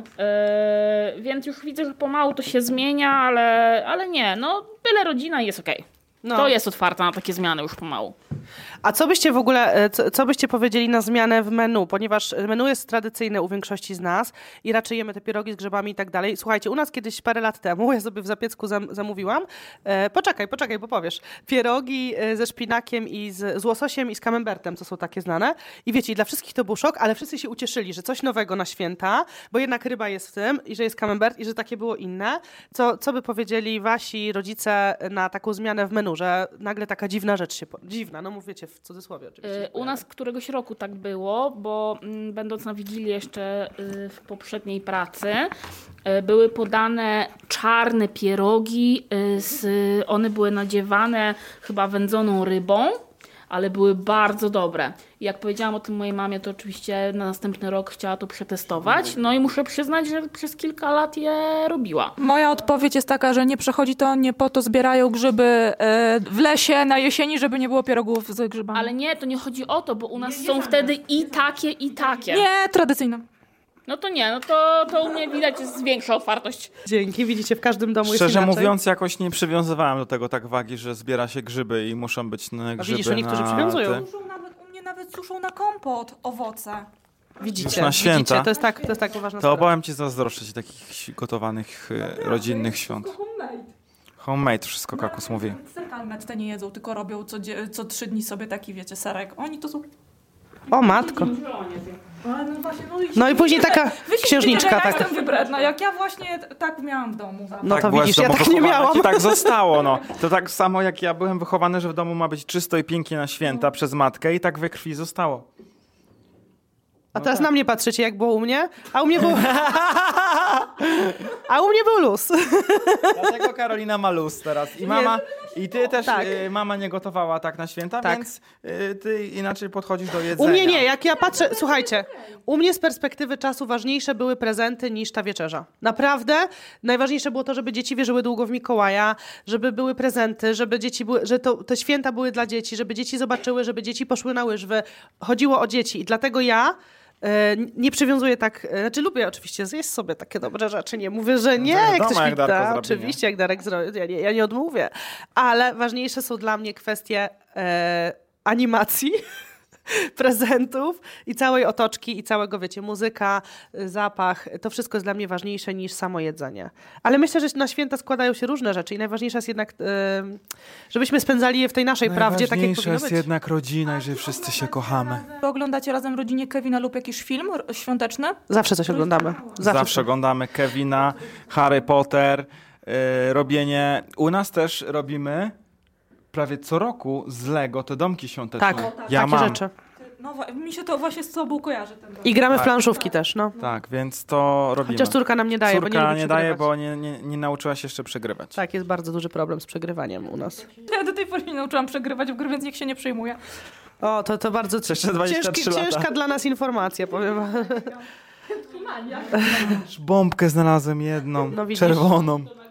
Y, Więc już widzę, że pomału to się zmienia, ale, ale nie, no byle rodzina i jest okej. No. To jest otwarta na takie zmiany już pomału. A co byście w ogóle, e, co, co byście powiedzieli na zmianę w menu? Ponieważ menu jest tradycyjne u większości z nas i raczej jemy te pierogi z grzybami i tak dalej. Słuchajcie, u nas kiedyś parę lat temu, ja sobie w Zapiecku zam, zamówiłam, e, poczekaj, poczekaj, bo powiesz, pierogi e, ze szpinakiem i z, z łososiem i z camembertem, co są takie znane. I wiecie, i dla wszystkich to był szok, ale wszyscy się ucieszyli, że coś nowego na święta, bo jednak ryba jest w tym i że jest camembert i że takie było inne. Co, co by powiedzieli wasi rodzice na taką zmianę w menu, że nagle taka dziwna rzecz się, po... dziwna, no mówicie w cudzysłowie oczywiście. Y, U nas któregoś roku tak było, bo mm, będąc na Wigilii jeszcze y, w poprzedniej pracy, y, były podane czarne pierogi, y, z, one były nadziewane chyba wędzoną rybą, ale były bardzo dobre. I jak powiedziałam o tym mojej mamie, to oczywiście na następny rok chciała to przetestować. No i muszę przyznać, że przez kilka lat je robiła. Moja odpowiedź jest taka, że nie przechodzi to, nie po to zbierają grzyby e, w lesie na jesieni, żeby nie było pierogów z grzybami. Ale nie, to nie chodzi o to, bo u nas są wtedy i takie, i takie. Nie, tradycyjne. No to nie, no to, to u mnie widać jest większa otwartość. Dzięki, widzicie, w każdym domu jest Szczerze inaczej. mówiąc, jakoś nie przywiązywałem do tego tak wagi, że zbiera się grzyby i muszą być na grzyby widzisz, że niektórzy na przywiązują. te- Suszą nawet, u mnie nawet suszą na kompot owoce. Widzicie, Już na święta. widzicie, to jest tak, to jest tak ważna To sprawa. opowiem ci zazdroszczyć takich gotowanych e, rodzinnych świąt. Homemade wszystko, Kakus mówi. Serkalmet te nie jedzą, tylko robią co, dzie- co trzy dni sobie taki, wiecie, serek. Oni to są... O matko. Ale no właśnie, no, No i później taka Wy się księżniczka wiecie, że ja taka. jestem wybredna, jak ja właśnie t- tak miałam w domu. No Tak, to byłaś widzisz, w ja domu tak nie wychowana miałam. I tak zostało, no. To tak samo jak ja byłem wychowany, że w domu ma być czysto i pięknie na święta przez matkę i tak we krwi zostało. A teraz na mnie patrzycie, jak było u mnie, a u mnie był... a u mnie był luz. Dlatego Karolina ma luz teraz. I mama, i ty też, Tak. y, mama nie gotowała tak na święta, Tak. więc y, ty inaczej podchodzisz do U jedzenia. mnie nie, jak ja patrzę, słuchajcie, u mnie z perspektywy czasu ważniejsze były prezenty niż ta wieczerza. Naprawdę najważniejsze było to, żeby dzieci wierzyły długo w Mikołaja, żeby były prezenty, żeby dzieci były, że to, te święta były dla dzieci, żeby dzieci zobaczyły, żeby dzieci poszły na łyżwy. Chodziło o dzieci i dlatego ja e, nie przywiązuję tak, e, znaczy lubię oczywiście zjeść sobie takie dobre rzeczy, nie mówię, że nie, No to jak wiadomo, ktoś jak mi Darko da, zrobi, oczywiście jak Darek zrobi, ja nie, ja nie odmówię, ale ważniejsze są dla mnie kwestie e, animacji, prezentów i całej otoczki i całego, wiecie, muzyka, y, zapach, to wszystko jest dla mnie ważniejsze niż samo jedzenie. Ale myślę, że na święta składają się różne rzeczy i najważniejsza jest jednak, y, żebyśmy spędzali je w tej naszej prawdzie, tak jak Najważniejsza powinno jest być. jednak rodzina i że wszyscy się kochamy. Wy oglądacie razem w rodzinie Kevina lub jakiś film r- świąteczny? Zawsze coś oglądamy. Zawsze, Zawsze. oglądamy Kevina, Harry Potter, y, robienie... U nas też robimy prawie co roku z Lego te domki świąteczne. Tak, ja takie mam. rzeczy. No wa- mi się to właśnie z sobą kojarzy. Ten dom. I gramy w Tak. planszówki też, no. Tak, więc to robimy. Chociaż córka nam nie daje, Córka bo nie lubi nie daje, przegrywać. bo nie, nie, nie nauczyła się jeszcze przegrywać. Tak, jest bardzo duży problem z przegrywaniem u nas. Ja do tej pory nie nauczyłam przegrywać w gry, więc niech się nie przejmuje. O, to, to bardzo Jeszcze dwadzieścia trzy ciężki, lata. ciężka dla nas informacja, powiem wam. Bombkę znalazłem jedną, No widzisz? czerwoną. Mówię, że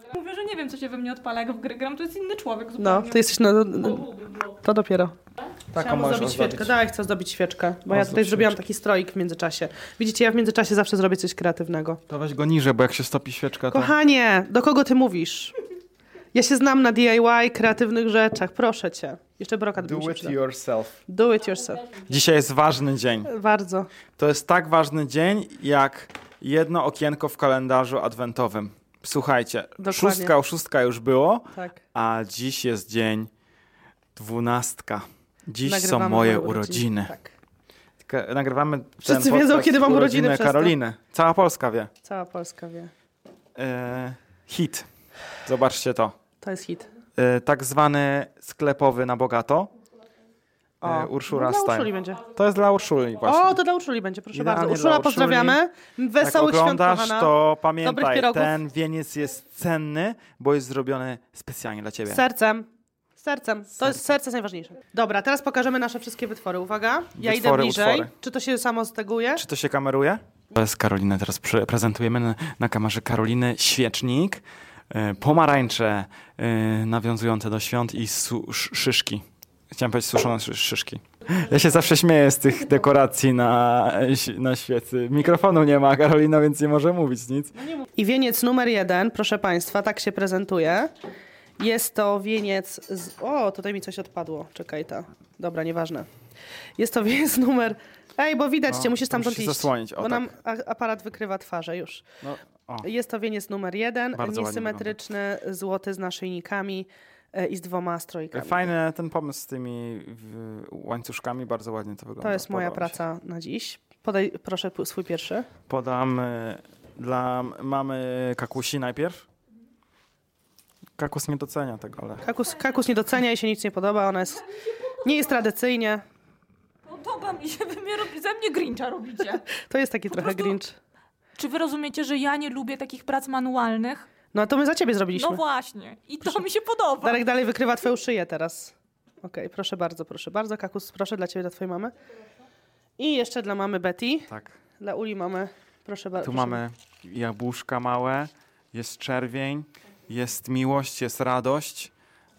nie wiem, co się we mnie odpala, jak w gry gram, to jest inny człowiek No, zupełnie. ty jesteś na... To dopiero. Taką Chciałam możesz zdobić ozdobić. świeczkę. Daj, chcę zdobić świeczkę, bo ja Ozdób tutaj zrobiłam świeczkę. taki stroik w międzyczasie. Widzicie, ja w międzyczasie zawsze zrobię coś kreatywnego. To weź go niżej, bo jak się stopi świeczka, to... Kochanie, do kogo ty mówisz? Ja się znam na D I Y, kreatywnych rzeczach, proszę cię. Jeszcze brokat by mi się Do it przydał. yourself. Do it yourself. Dzisiaj jest ważny dzień. Bardzo. To jest tak ważny dzień, jak jedno okienko w kalendarzu adwentowym. Słuchajcie, Dokładnie. szóstka o szóstka już było, Tak. a dziś jest dzień dwunastka. Dziś Nagrywamy są moje moje urodziny. Tak. Tylko nagrywamy ten Wszyscy wiedzą, podcast kiedy mam w urodziny przez to. Karoliny. Cała Polska wie. Cała Polska wie. E, hit. Zobaczcie to. To jest hit. E, tak zwany sklepowy na bogato. E, Urszula no, dla Style. Urszuli będzie. To jest dla Urszuli właśnie. O, to dla Urszuli będzie, proszę Idealnie bardzo. dla Urszula, Urszuli. pozdrawiamy. Jak Wesołych świąt, oglądasz, kochana. to Dobrych pamiętaj, pierogów. ten wieniec jest cenny, bo jest zrobiony specjalnie dla ciebie. Sercem. Sercem. To jest serce jest najważniejsze. Dobra, teraz pokażemy nasze wszystkie wytwory. Uwaga, ja idę Wytwory, bliżej. utwory. Czy to się samo steguje? Czy to się kameruje? To jest Karoliny. Teraz pre- prezentujemy na, na kamerze Karoliny świecznik, y, pomarańcze y, nawiązujące do świąt i su- sz- szyszki. Chciałem powiedzieć suszone szy- szyszki. Ja się zawsze śmieję z tych dekoracji na, na świecy. Mikrofonu nie ma, Karolina, więc nie może mówić nic. I wieniec numer jeden, proszę Państwa, tak się prezentuje. Jest to wieniec z... O, tutaj mi coś odpadło. Czekaj ta. Dobra, nieważne. Jest to wieniec numer... Ej, bo widać cię, O, musisz to stamtąd musisz się iść. zasłonić, o, bo tak. nam a- aparat wykrywa twarze już. No, o. Jest to wieniec numer jeden, Bardzo ładnie niesymetryczny, złoty z naszyjnikami e, i z dwoma strojkami. Fajny ten pomysł z tymi w, łańcuszkami, bardzo ładnie to wygląda. To jest moja Podoba mi się. praca na dziś. Podaj proszę p- swój pierwszy. Podam y, dla mamy kakusi najpierw. Kakus nie docenia tego, ale... Kakus, kakus nie docenia i się nic nie podoba. Ona jest... Nie jest tradycyjnie. Podoba mi się, wy mnie robi, ze mnie Grincha robicie. To jest taki trochę prostu- Grinch. Czy wy rozumiecie, że ja nie lubię takich prac manualnych? No to my za ciebie zrobiliśmy. No właśnie. I to mi się podoba. Darek dalej wykrywa twoją szyję teraz. Okej, proszę bardzo, proszę bardzo. Kakus, proszę dla ciebie, dla twojej mamy. I jeszcze dla mamy Betty. Tak. Dla Uli mamy, proszę bardzo. Tu mamy jabłuszka małe, jest czerwień, jest miłość, jest radość.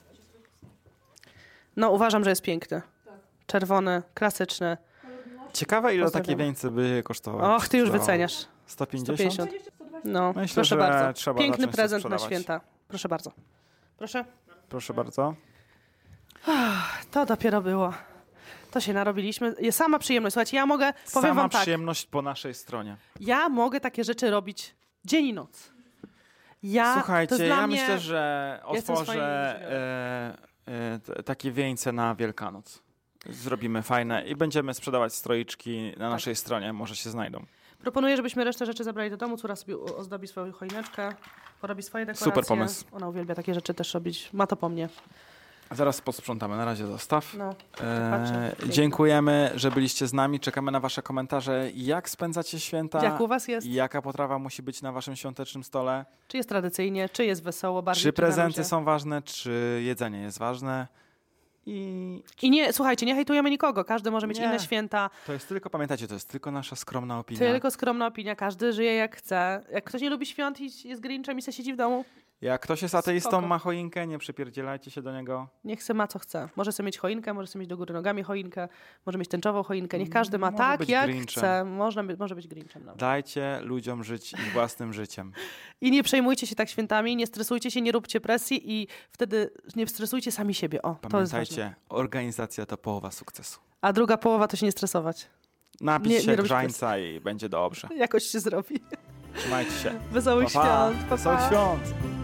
No uważam, że jest piękny. Czerwony, klasyczny. Ciekawe, ile Pozdrawiam. takie wieńce by kosztowały. Och, ty już Za wyceniasz. sto sto pięćdziesiąt? pięćdziesiąt. No, Myślę, proszę że bardzo. trzeba Piękny zacząć to prezent na sprzedawać. święta. Proszę bardzo. Proszę. Proszę bardzo. To dopiero było. To się narobiliśmy. Jest sama przyjemność. Słuchajcie, ja mogę, powiem Sama wam tak, przyjemność po naszej stronie. ja mogę takie rzeczy robić dzień i noc. Ja, to Słuchajcie, jest dla ja mnie... myślę, że jestem swoim otworzę ludźmi. e, e, t- takie wieńce na Wielkanoc. Zrobimy fajne i będziemy sprzedawać stroiczki na naszej stronie, może się znajdą. Proponuję, żebyśmy resztę rzeczy zabrali do domu. Córa sobie u- ozdobi swoją choineczkę, porobi swoje dekoracje. Super pomysł. Ona uwielbia takie rzeczy też robić. Ma to po mnie. Zaraz posprzątamy, na razie zostaw. No, E, patrzę. dziękujemy, że byliście z nami. Czekamy na wasze komentarze. Jak spędzacie święta? Jak u was jest? I jaka potrawa musi być na waszym świątecznym stole? Czy jest tradycyjnie, czy jest wesoło, bardziej Czy na prezenty luzie? są ważne, czy jedzenie jest ważne? I I nie, słuchajcie, nie hejtujemy nikogo. Każdy może mieć Nie. inne święta. to jest tylko, pamiętajcie, to jest tylko nasza skromna opinia. Tylko skromna opinia. Każdy żyje jak chce. Jak ktoś nie lubi świąt i jest Grinchem i se siedzi w domu, Jak ktoś jest ateistą, Spoko. ma choinkę, nie przypierdzielajcie się do niego. niech se ma co chce. Może sobie mieć choinkę, może sobie mieć do góry nogami choinkę, może mieć tęczową choinkę. Niech każdy ma Może tak, być jak Grinchem. chce. Można by, może być Grinchem nawet. Dajcie ludziom żyć ich własnym życiem. I nie przejmujcie się tak świętami, nie stresujcie się, nie róbcie presji i wtedy nie stresujcie sami siebie. O, to jest ważne. Pamiętajcie, organizacja to połowa sukcesu. A druga połowa to się nie stresować. Napić Nie- nie się robić grzańca i będzie dobrze. Jakoś się zrobi. Trzymajcie się. Wesołych Pa, pa. świąt. Pa, Wesołych pa. świąt.